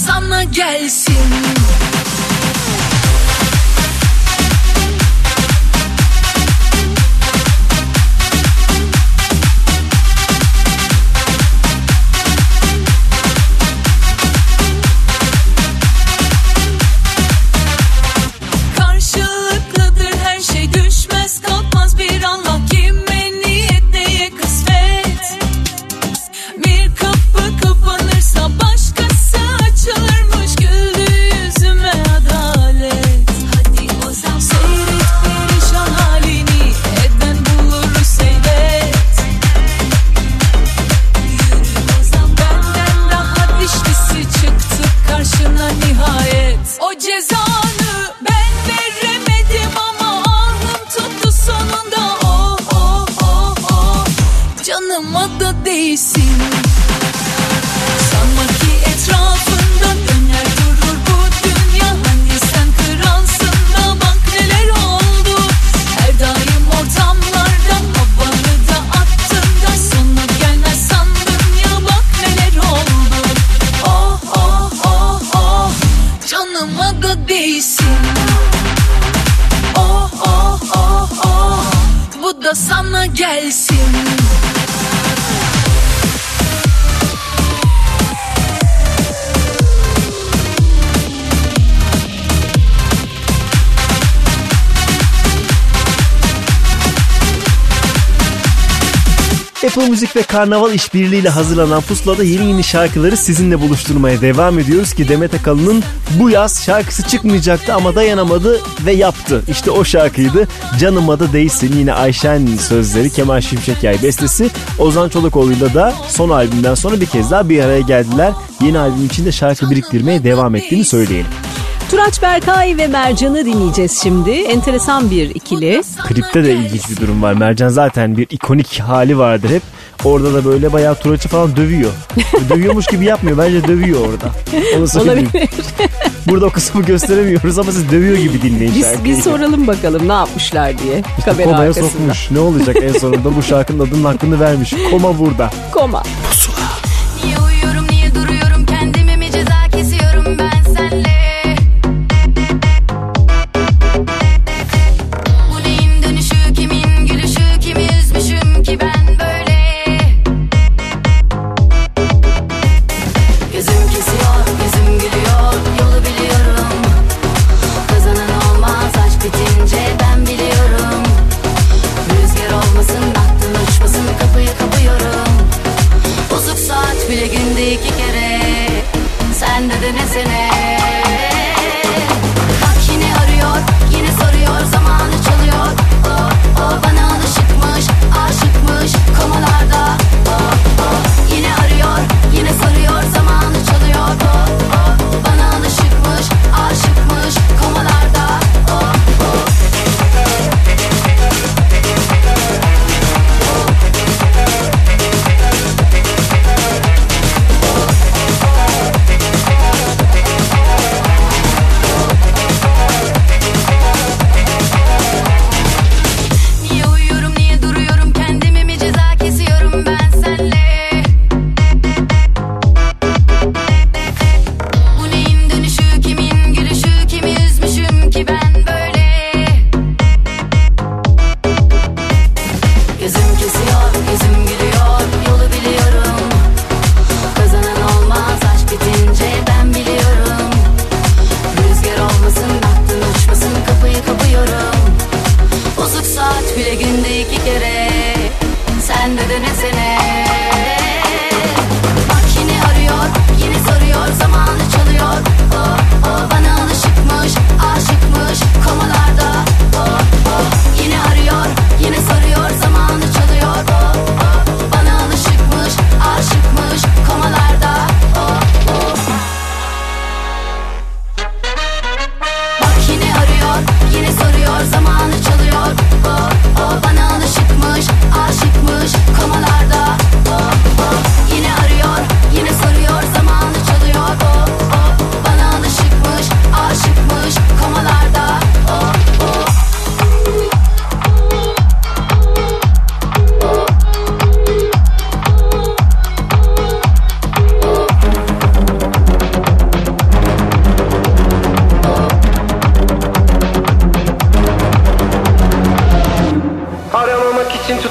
sana gelsin. Karşılıklıdır her şey, düşmez kalkmaz bir Allah. Kime niyet neye kısmet, bir kapı kapanırsa başkası açılırmış. Güldü yüzüme adalet. Hadi o zaman seyret perişan halini, eden buluruz elbet. Yürü o zaman, benden daha dişlisi çıktı karşına nihayet. O cezanı ben veremedim ama alnım tuttu sonunda. Oh oh oh oh, canıma da değsin. Sanma ki etrafında döner durur bu dünya. Hani sen kralsın da bak neler oldu. Her daim ortamlarda havanı da attın da sonu gelmez sandın ya, bak neler oldu. Oh oh oh oh, canıma da değsin. Oh oh oh oh, bu da sana gelsin. Apple Müzik ve Karnaval işbirliğiyle hazırlanan Pusula'da yeni şarkıları sizinle buluşturmaya devam ediyoruz ki Demet Akalın'ın bu yaz şarkısı çıkmayacaktı ama dayanamadı ve yaptı. İşte o şarkıydı. Canıma da değsin, yine Ayşen sözleri, Kemal Şimşekyay bestesi. Ozan Çolakoğlu'yla da son albümden sonra bir kez daha bir araya geldiler. Yeni albüm için de şarkı biriktirmeye devam ettiğini söyleyelim. Turaç Berkay ve Mercan'ı dinleyeceğiz şimdi. Enteresan bir ikili. Klipte de ilginç bir durum var. Mercan zaten bir ikonik hali vardır hep. Orada da böyle bayağı Turaç'ı falan dövüyor. Dövüyormuş gibi yapmıyor. Bence dövüyor orada. Onu söyleyeyim. Burada o kısmı gösteremiyoruz ama siz dövüyor gibi dinleyin şarkıyı. Biz soralım bakalım ne yapmışlar diye. İşte kamera komaya arkasında sokmuş. Ne olacak en sonunda, bu şarkının adının hakkını vermiş. Koma burada. Koma. Pusula. Niye uyuyorum, niye duruyorum, kendimi mi ceza kesiyorum ben senle? Bu neyin dönüşü, kimin gülüşü, kimi üzmüşüm ki ben böyle? Gözüm kesiyor, gözüm gülüyor, yolu biliyorum. Kazanan olmaz aşk bitince, ben biliyorum. Rüzgar olmasın, aklın uçmasın, kapıyı kapıyorum. Bozuk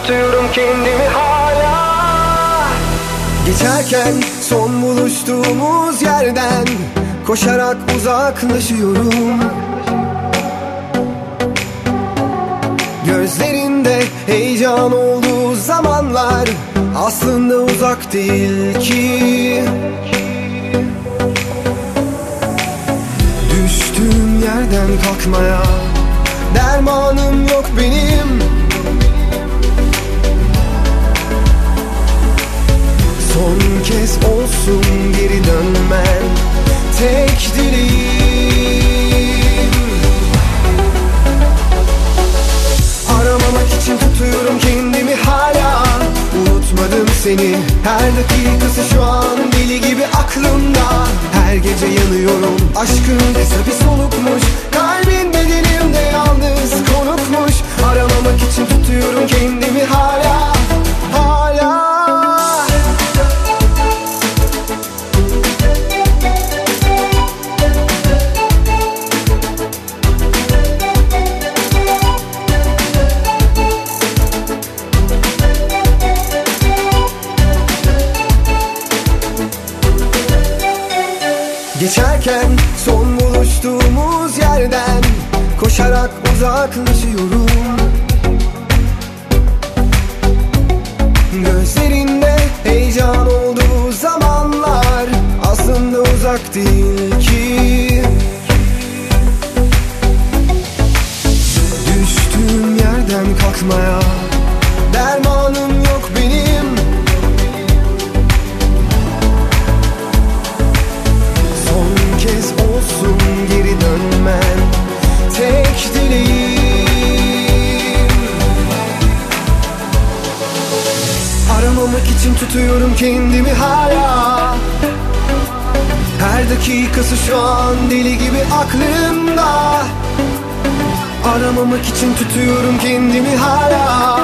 tutuyorum kendimi hala. Geçerken son buluştuğumuz yerden koşarak uzaklaşıyorum. Gözlerinde heyecan olduğu zamanlar aslında uzak değil ki. Düştüğüm yerden kalkmaya dermanım yok benim. Son kez olsun geri dönmen tek dileğim. Aramamak için tutuyorum kendimi hala. Unutmadım seni, her dakikası şu an deli gibi aklımda. Her gece yanıyorum, aşkın kısa bir solukmuş. Kalbin bedenimde yalnız konukmuş. Aramamak için tutuyorum kendimi hala. Hala. Geçerken son buluştuğumuz yerden koşarak uzaklaşıyorum. Gözlerinde heyecan olduğu zamanlar aslında uzak değil ki. Düştüğüm yerden kalkmaya dermanım yok benim. Son kez olsun geri dönmen tek dileğim. Aramamak için tutuyorum kendimi hala. Her dakikası şu an deli gibi aklımda. Aramamak için tutuyorum kendimi hala.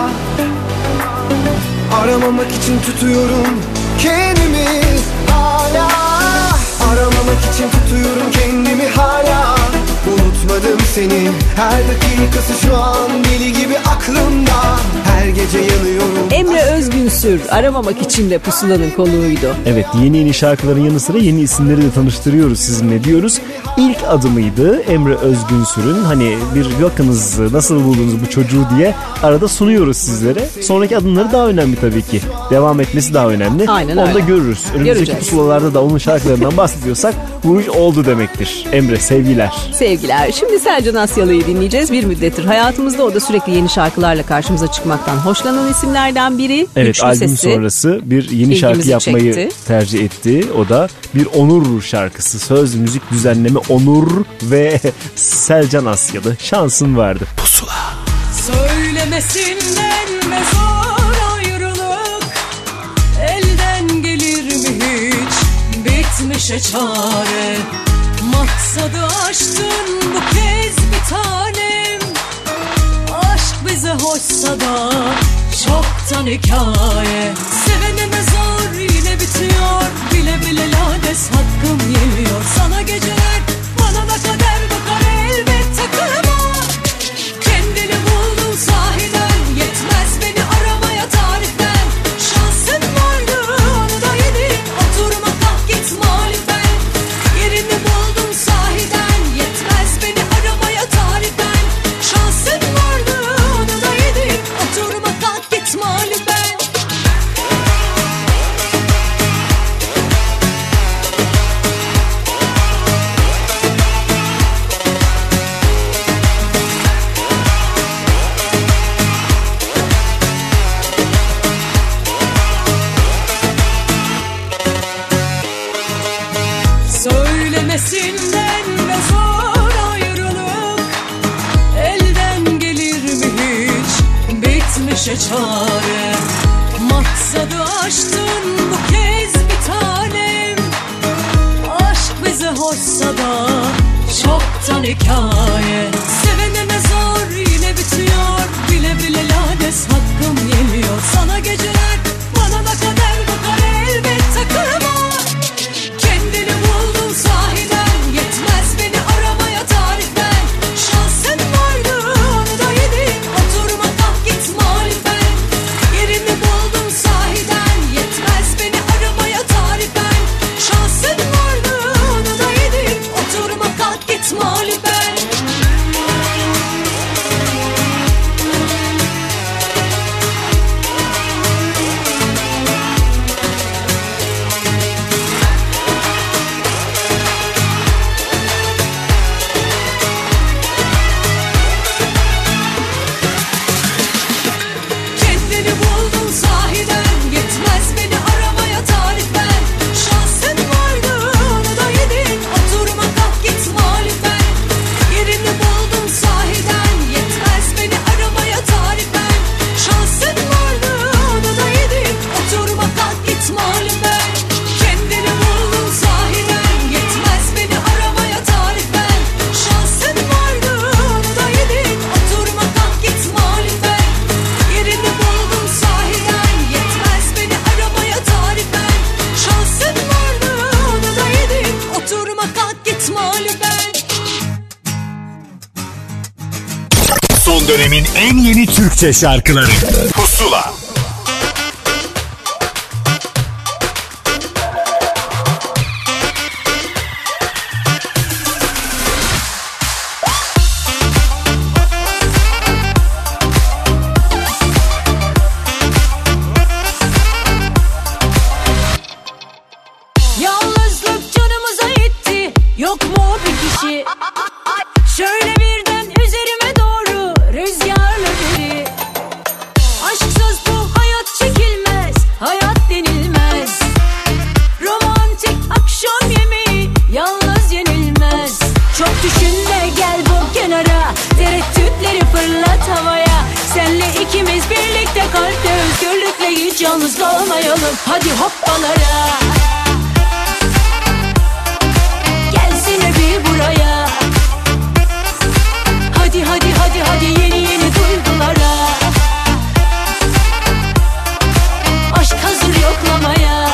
Aramamak için tutuyorum kendimi hala. Aramamak için tutuyorum kendimi hala. Unutmadım seni, her dakikası şu an deli gibi aklımda. Her gece yanıyorum. Emre Özgünsür aramamak için de Pusula'nın konuğuydu. Evet, yeni şarkıların yanı sıra yeni isimleri de tanıştırıyoruz sizinle diyoruz. İlk adımıydı Emre Özgünsür'ün, hani bir bakınız nasıl buldunuz bu çocuğu diye arada sunuyoruz sizlere. Sonraki adımları daha önemli tabii ki. Devam etmesi daha önemli. Aynen onu öyle. da görürüz. Önümüzdeki pusulalarda da onun şarkılarından bahsediyorsak bu iş oldu demektir. Emre, sevgiler. Sevgiler. Şimdi Selcan Asyalı'yı dinleyeceğiz. Bir müddettir hayatımızda, o da sürekli yeni şarkılarla karşımıza çıkmaktan hoşlanan isimlerden biri. Evet, Güçlü albüm sesi sonrası bir yeni şarkı yapmayı tercih etti. O da bir Onur şarkısı. Söz, müzik, düzenleme Onur ve Selcan Asyalı. Şansın vardı. Pusula. Söylemesinden ve zor ayrılık elden gelir mi hiç bitmişe çare. Maksadı aştın bu kez bir tanem. Aşk bize hoşsa da çoktan hikaye. Sevenime zor yine bitiyor. Bile bile lades hakkım yemiyor. Sana geceler bana da kader bakar elbet takılma. Kendini buldun sahiden, yetmez beni aramaya tariften. Şansın vardı onu da yedin, oturma kalk git malifen. Yerini buldun sahiden, yetmez beni aramaya tariften. Şansın vardı onu da yedin, oturma kalk git malifen. Söylemesinden ve zor ayrılık elden gelir mi hiç bitmişe çare. Maksadı aştın bu kez bir tanem. Aşk bize hoşsa da çoktan hikaye. Sevenime zor yine bitiyor. Bile bile lades hakkım yemiyor. Sana geceler bana da kader bakar elbet takılma. Kendini buldun sahiden, yetmez beni aramaya tariften. Şansın vardı onu da yedin, oturma kalk git malifen. dönemin en yeni Türkçe şarkıları Pusula. Yalnızlık canımıza itti. Yok mu bir kişi? Şöyle birden üzerime doğru rüzgarla deri. Aşksız bu hayat çekilmez, hayat denilmez. Romantik akşam yemeği yalnız yenilmez. Çok düşünme, gel bu kenara, tereddütleri fırlat havaya. Senle ikimiz birlikte kalpte özgürlükle hiç yalnız kalmayalım. Hadi hoppalara, gelsene bir buraya. Hadi hadi hadi hadi yeni yeni duygulara. Aşk hazır yoklamaya.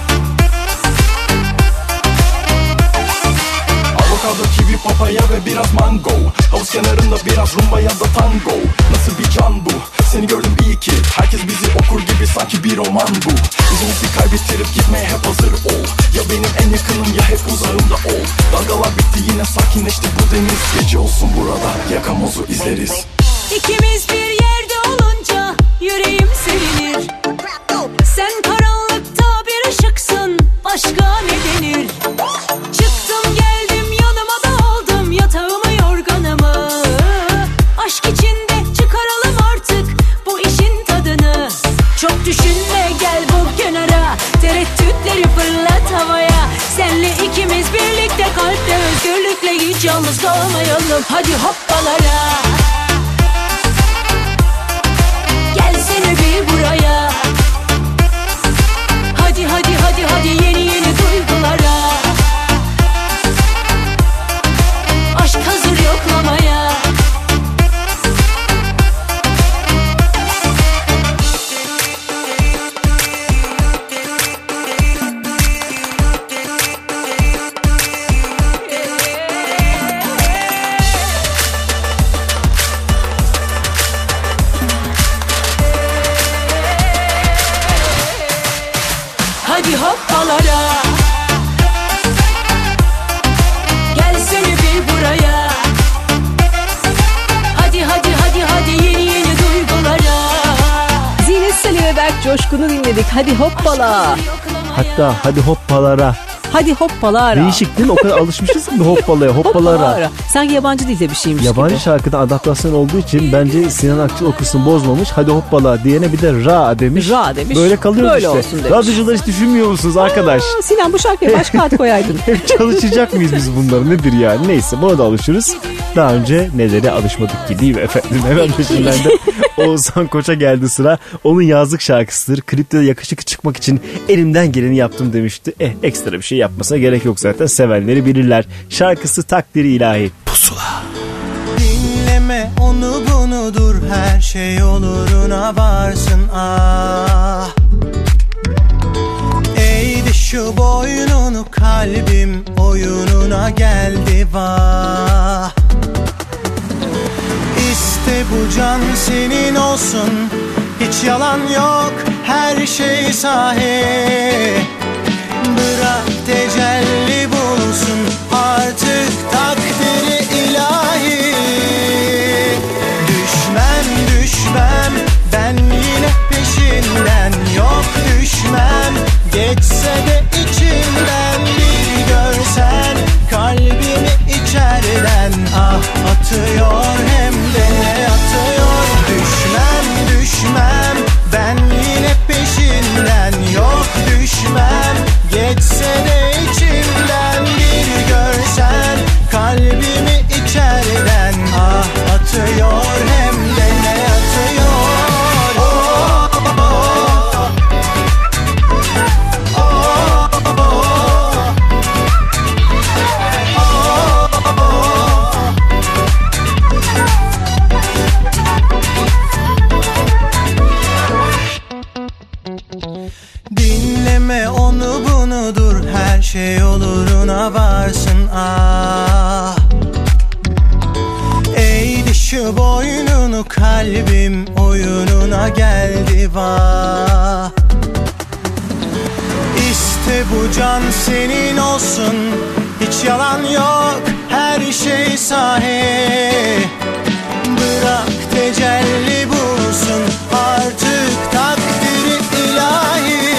Avokado, kivi, papaya ve biraz mango. Havuz kenarında biraz rumba ya da tango. Nasıl bir can bu? Seni gördüm iyi ki. Herkes bizi okur gibi sanki bir roman bu. Yüzümüzü kaybettirip gitmeye hep hazır ol. Ya benim en yakınım ya hep uzağımda ol. Dalgalar bitti yine sakinleşti bu deniz. Gece olsun burada yakamozu izleriz. İkimiz bir yerde olunca yüreğim sevinir. Sen karanlıkta bir ışıksın, başka ne denir? Çıktım geldim yanıma da aldım yatağımı yorganımı. Aşk içinde çıkaralım artık bu işin tadını. Çok düşünme, gel bu kenara, tereddütleri fırlat havaya. Senle ikimiz birlikte kalpte özgürlükle hiç yalnız kalmayalım. Hadi hoppalara, gelsene bir buraya. Hadi hadi hadi hadi yeni yeni duygulara. Aşk hazır yoklamaya. Hadi hoppalara, gelsene bir buraya. Hadi hadi hadi hadi yeni yeni duygulara. Zinet Salih ve Berk Coşkun'u dinledik. Hadi hoppala. Hatta hadi hoppalara. Hadi hoppalara. Değişik değil mi? O kadar alışmışız ki hoppalaya, hoppalara. Sanki yabancı dilde bir şeymiş Yabancı gibi. şarkıda adaptasyon olduğu için bence Sinan Akçıl o kısmı bozmamış. Hadi hoppala diyene bir de ra demiş. Ra demiş. Böyle kalıyoruz Böyle işte. olsun demiş. Radyocular hiç düşünmüyor musunuz arkadaş? Sinan bu şarkıya başka ad koyaydın. Hep çalışacak mıyız biz bunları? Nedir yani? Neyse buna da alışırız. Daha önce nelere alışmadık ki değil mi efendim? Hemen peşinden de Oğuzhan Koç'a geldi sıra. Onun yazlık şarkısıdır. Klipte de yakışıklı çıkmak için elimden geleni yaptım demişti. Ekstra bir şey yapmasına gerek yok zaten. Sevenleri bilirler. Şarkısı Takdiri İlahi. Pusula. Dinleme onu bunudur, her şey oluruna varsın ah. Eğdi şu boynunu, kalbim oyununa geldi vah. İste bu can senin olsun, hiç yalan yok, her şey sahi. Bırak tecelli bulsun artık takdiri ilahi. Düşmem düşmem ben yine peşinden, yok düşmem geçse de içimden. Bir görsen kalbimi içeriden, ah atıyor hem de ne atıyor. Düşmem düşmem ben yine peşinden, yok düşmem geçse de içimden. Bir görsen kalbimi içeriden, ah atıyor hem de ne atıyor. Oh, oh, oh, oh. kalbim oyununa geldi vah. İşte bu can senin olsun, hiç yalan yok, her şey sahi. Bırak tecelli bulsun artık takdiri ilahi.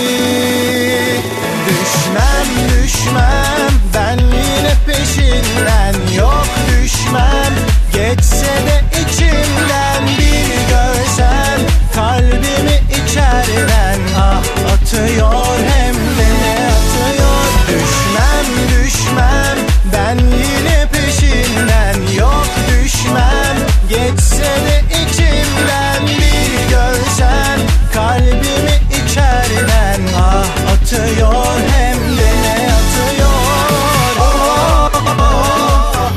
Düşmem düşmem ben yine peşinden, yok düşmem geçse de içimden. Bir görsen kalbimi içeriden, ah atıyor hem de ne atıyor. Düşmem düşmem ben yine peşinden, yok düşmem geçse de içimden. Bir görsen kalbimi içeriden, ah atıyor hem de ne atıyor. Oh, oh, oh.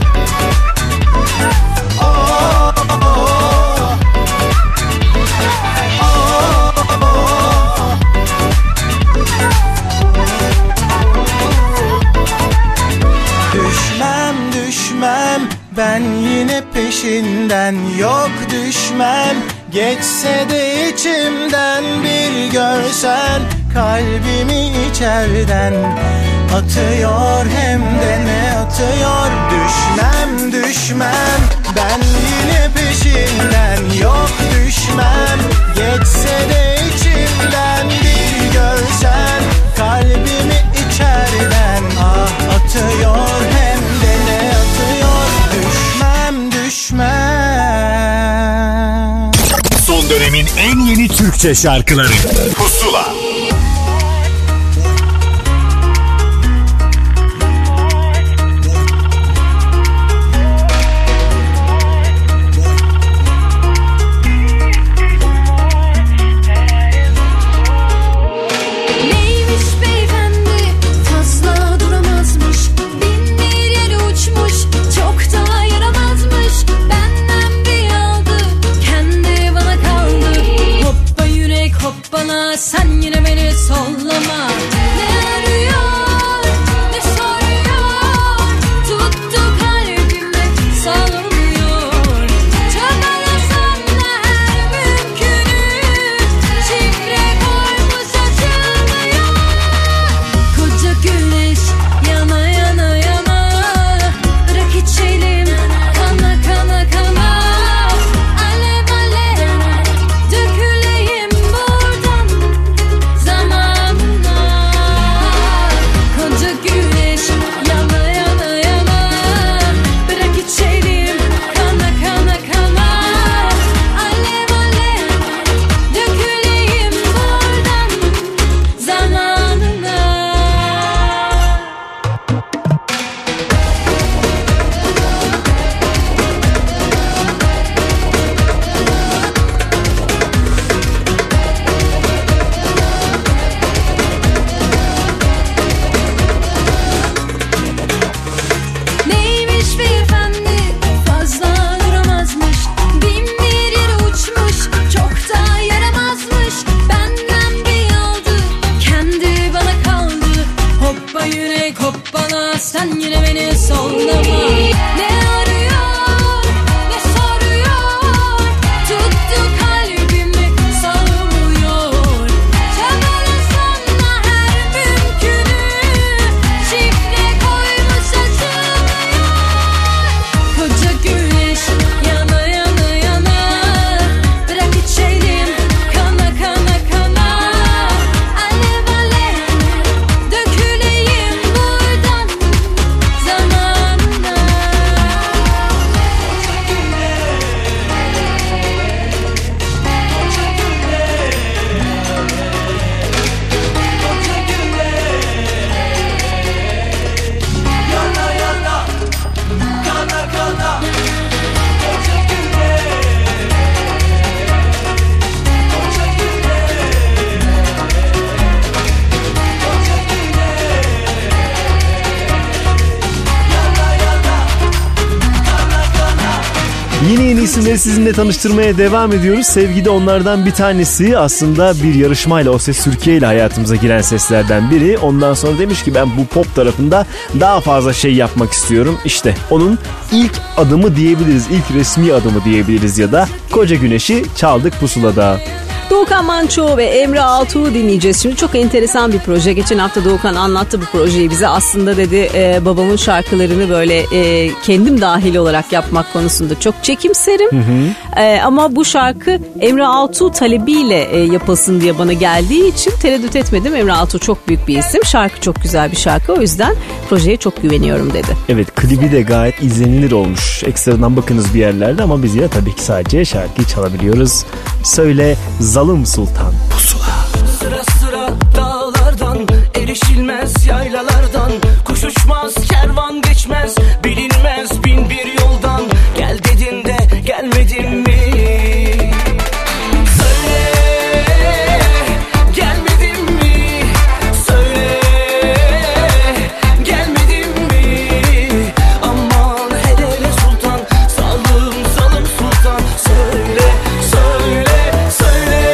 Oh, oh, oh. Düşmem düşmem ben yine peşinden, yok düşmem geçse de içimden. Bir görsen kalbimi içeriden, atıyor hem de ne atıyor. Düşmem düşmem ben yine peşinden, yok düşmem geçse de içimden. Bir görsen kalbimi içeriden, ah atıyor hem de ne atıyor. Düşmem düşmem. Son dönemin en yeni Türkçe şarkıları Pusula. Sen yine Yeni isimleri sizinle tanıştırmaya devam ediyoruz. Sevgi de onlardan bir tanesi. Aslında bir yarışmayla O Ses Türkiye ile hayatımıza giren seslerden biri. Ondan sonra demiş ki ben bu pop tarafında daha fazla şey yapmak istiyorum. İşte onun ilk adımı diyebiliriz. İlk resmi adımı diyebiliriz ya da Koca Güneş'i çaldık pusulada. Doğukan Manço ve Emre Altuğ'u dinleyeceğiz. Şimdi çok enteresan bir proje. Geçen hafta Doğukan anlattı bu projeyi bize. Aslında dedi babamın şarkılarını böyle kendim dahil olarak yapmak konusunda çok çekimserim. Ama bu şarkı Emre Altuğ talebiyle yapılsın diye bana geldiği için tereddüt etmedim. Emre Altuğ çok büyük bir isim. Şarkı çok güzel bir şarkı. O yüzden projeye çok güveniyorum dedi. Evet, klibi de gayet izlenilir olmuş. Ekstradan bakınız bir yerlerde ama biz ya tabii ki sadece şarkıyı çalabiliyoruz. Söyle Zalım Sultan. Pusula. Sıra sıra dağlardan, erişilmez yaylalardan, kuş uçmaz, kervan geçmez, bilinmez bin bir yoldan. Gel dedin de gelmedin mi? Söyle, gelmedin mi? Söyle, gelmedin mi? Aman hele hele sultan, zalım zalım sultan. Söyle, söyle, söyle,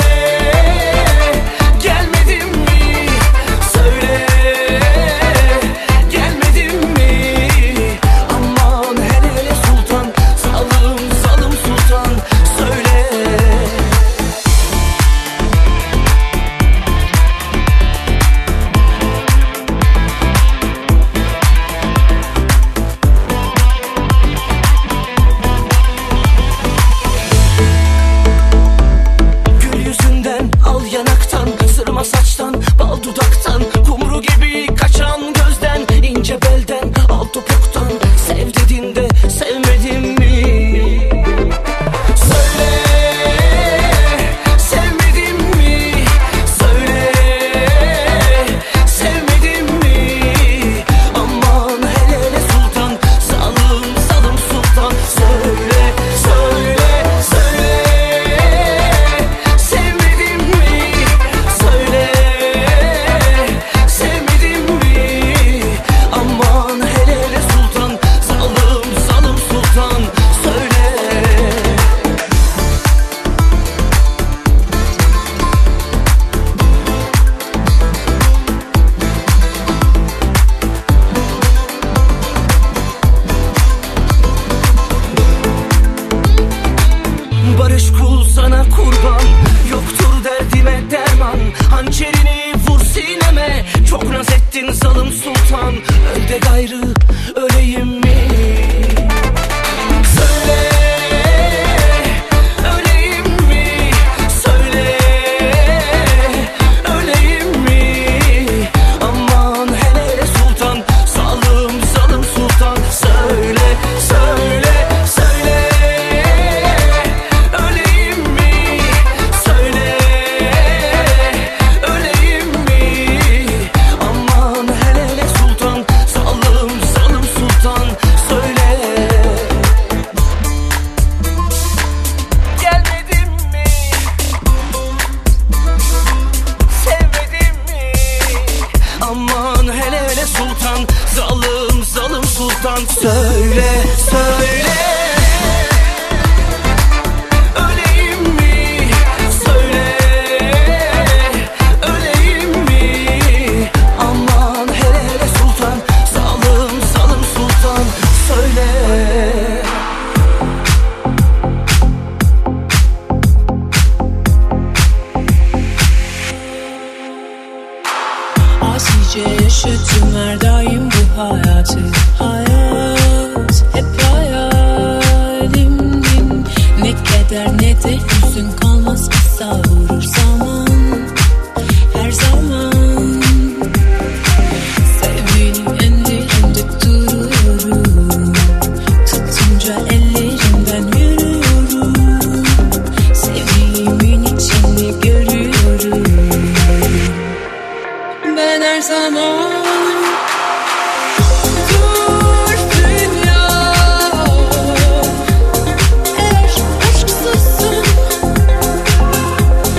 gelmedin mi? Söyle, gelmedin mi? Aman hele hele sultan, zalım zalım sultan. Söyle. Gül yüzünden, al yanaktan, sırma saçtan, bal dudaktan, kumru gibi kaçan gözden, ince belden, al topuktan. Sev dedin de sevmedin mi? Söyle, sevmedin mi? Söyle, sevmedin mi? Aman hele hele sultan, zalım zalım sultan. Söyle, söyle, söyle, sevmedin mi? Söyle, sevmedin mi? Aman hele hele sultan, zalım zalım sultan. Söyle. Barış kul sana kurban, yoktur derdime derman. Hançerini vur sineme, çok naz ettin zalım sultan. Öl de gayrı öleyim mi? Söyle, öleyim mi? Söyle, öleyim mi? Aman hele hele sultan, zalım zalım sultan. Söyle, söyle, söyle, öleyim mi? Söyle, öleyim mi? Aman hele hele sultan, zalım zalım sultan. Söyle. Gelmedin mi? Sevmedin mi? Aman hele hele sultan, zalım zalım sultan. Söyle, söyle, öleyim mi? Söyle, öleyim mi? Aman hele hele sultan, zalım zalım sultan. Söyle. Asice yaşadım her daim bu hayatı. Hayat hep hayalimdin. Ne keder ne de hüzün kalmaz ki savurur zaman. Her zaman sevdiğim ellerinde duruyorum. Tutunca ellerinden yürüyorum. Sevdiğimin içini görüyorum. Ben her zaman dur dünya, eğer aşksızsın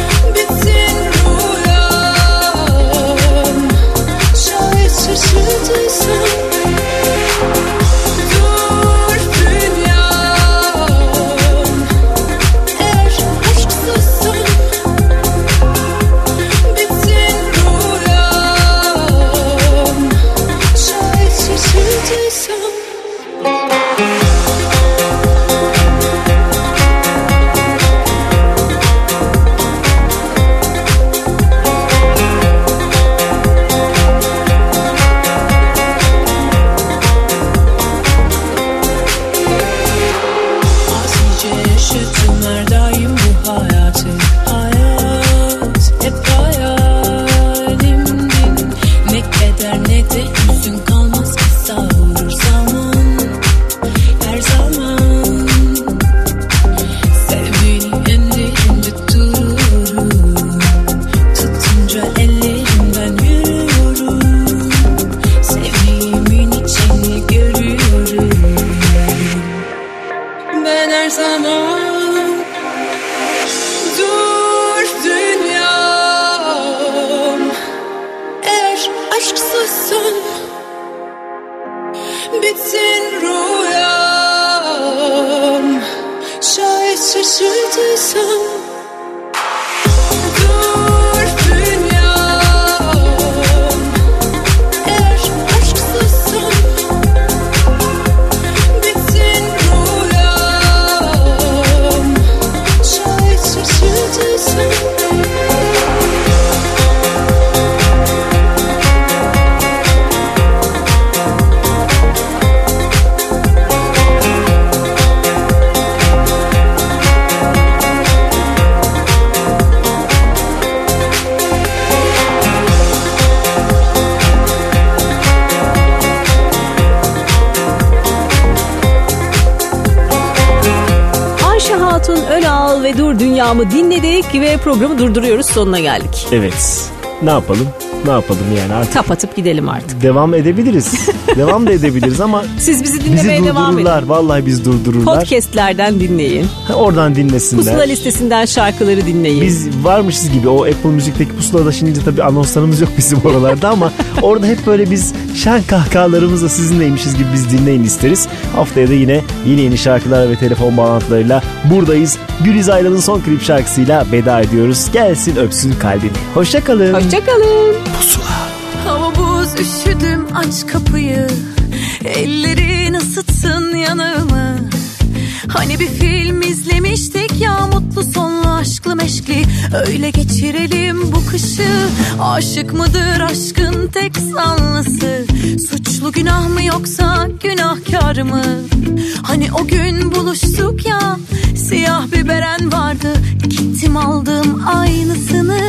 ve Dur Dünyamı dinledik ve programı durduruyoruz, sonuna geldik. Evet. Ne yapalım? Ne yapalım yani artık? Kapatıp gidelim artık. Devam edebiliriz. Devam da edebiliriz ama siz bizi dinlemeye devam edin. Vallahi bizi durdururlar. Podcast'lerden dinleyin. Oradan dinlesinler. Pusula listesinden şarkıları dinleyin. Biz varmışız gibi o Apple Müzik'teki pusulada şimdi tabii anonslarımız yok bizim oralarda ama orada hep böyle biz şen kahkahalarımızla sizinleymişiz gibi biz dinleyin isteriz. Haftaya da yine yeni şarkılar ve telefon bağlantılarıyla buradayız. Güliz Aylan'ın son klip şarkısıyla veda ediyoruz. Gelsin öpsün kalbini. Hoşçakalın. Hoşçakalın. Pusula. Hava buz, üşüdüm, aç kapıyı. Ellerin ısıtsın yanağımı. Hani bir film izlemiştik ya, mutlu sonlu, aşklı meşkli. Öyle geçirelim bu kışı. Aşık mıdır aşkın tek zanlısı? Suçlu günah mı yoksa günahkar mı? Hani o gün buluştuk ya, siyah bir beren vardı. Gittim aldım aynısını.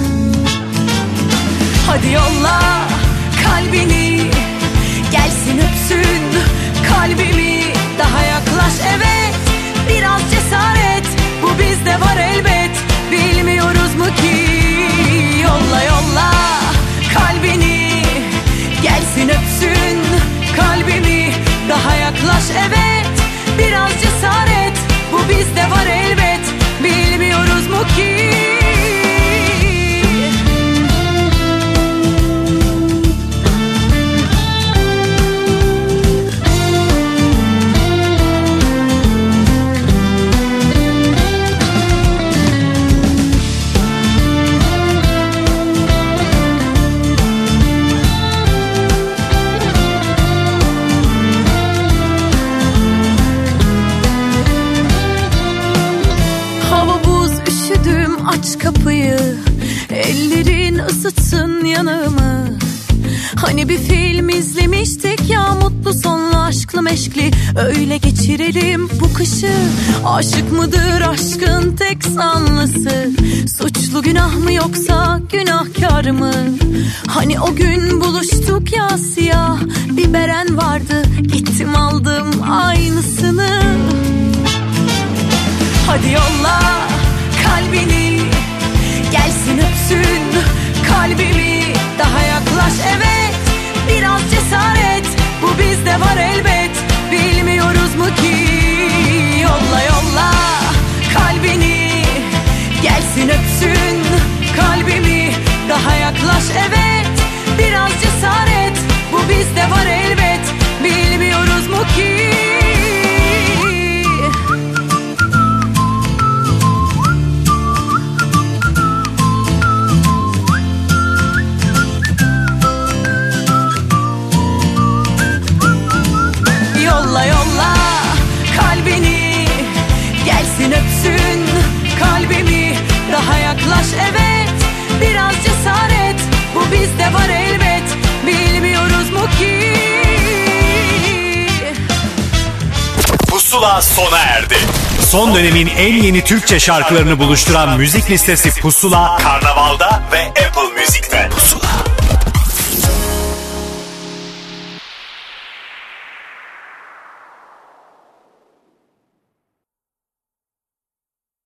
Hadi yolla kalbini, gelsin öpsün kalbimi. Daha yaklaş, evet, biraz cesaret, bu bizde var elbet. Bilmiyoruz mu ki? Yolla yolla kalbini, gelsin öpsün kalbimi. Daha yaklaş, evet, biraz cesaret, bu bizde var elbet. Bilmiyoruz mu ki? Aç kapıyı, ellerin ısıtsın yanağımı. Hani bir film izlemiştik ya, mutlu sonlu, aşklı meşkli. Öyle geçirelim bu kışı. Aşık mıdır aşkın tek zanlısı? Suçlu günah mı yoksa günahkar mı? Hani o gün buluştuk ya, siyah bir beren vardı. Gittim aldım aynısını. Hadi yolla kalbini, gelsin öpsün kalbimi. Daha yaklaş, evet, biraz cesaret, bu bizde var elbet. Bilmiyoruz mu ki? Yolla yolla kalbini, gelsin öpsün kalbimi. Daha yaklaş, evet, biraz cesaret, bu bizde var elbet. Bilmiyoruz mu ki? Yolla yolla kalbini, gelsin öpsün kalbimi. Daha yaklaş, evet, biraz cesaret, bu bizde var elbet. Bilmiyoruz mu ki? Pusula sona erdi. Son dönemin en yeni Türkçe şarkılarını buluşturan müzik listesi Pusula, Karnaval'da ve Apple Music'te. Pusula.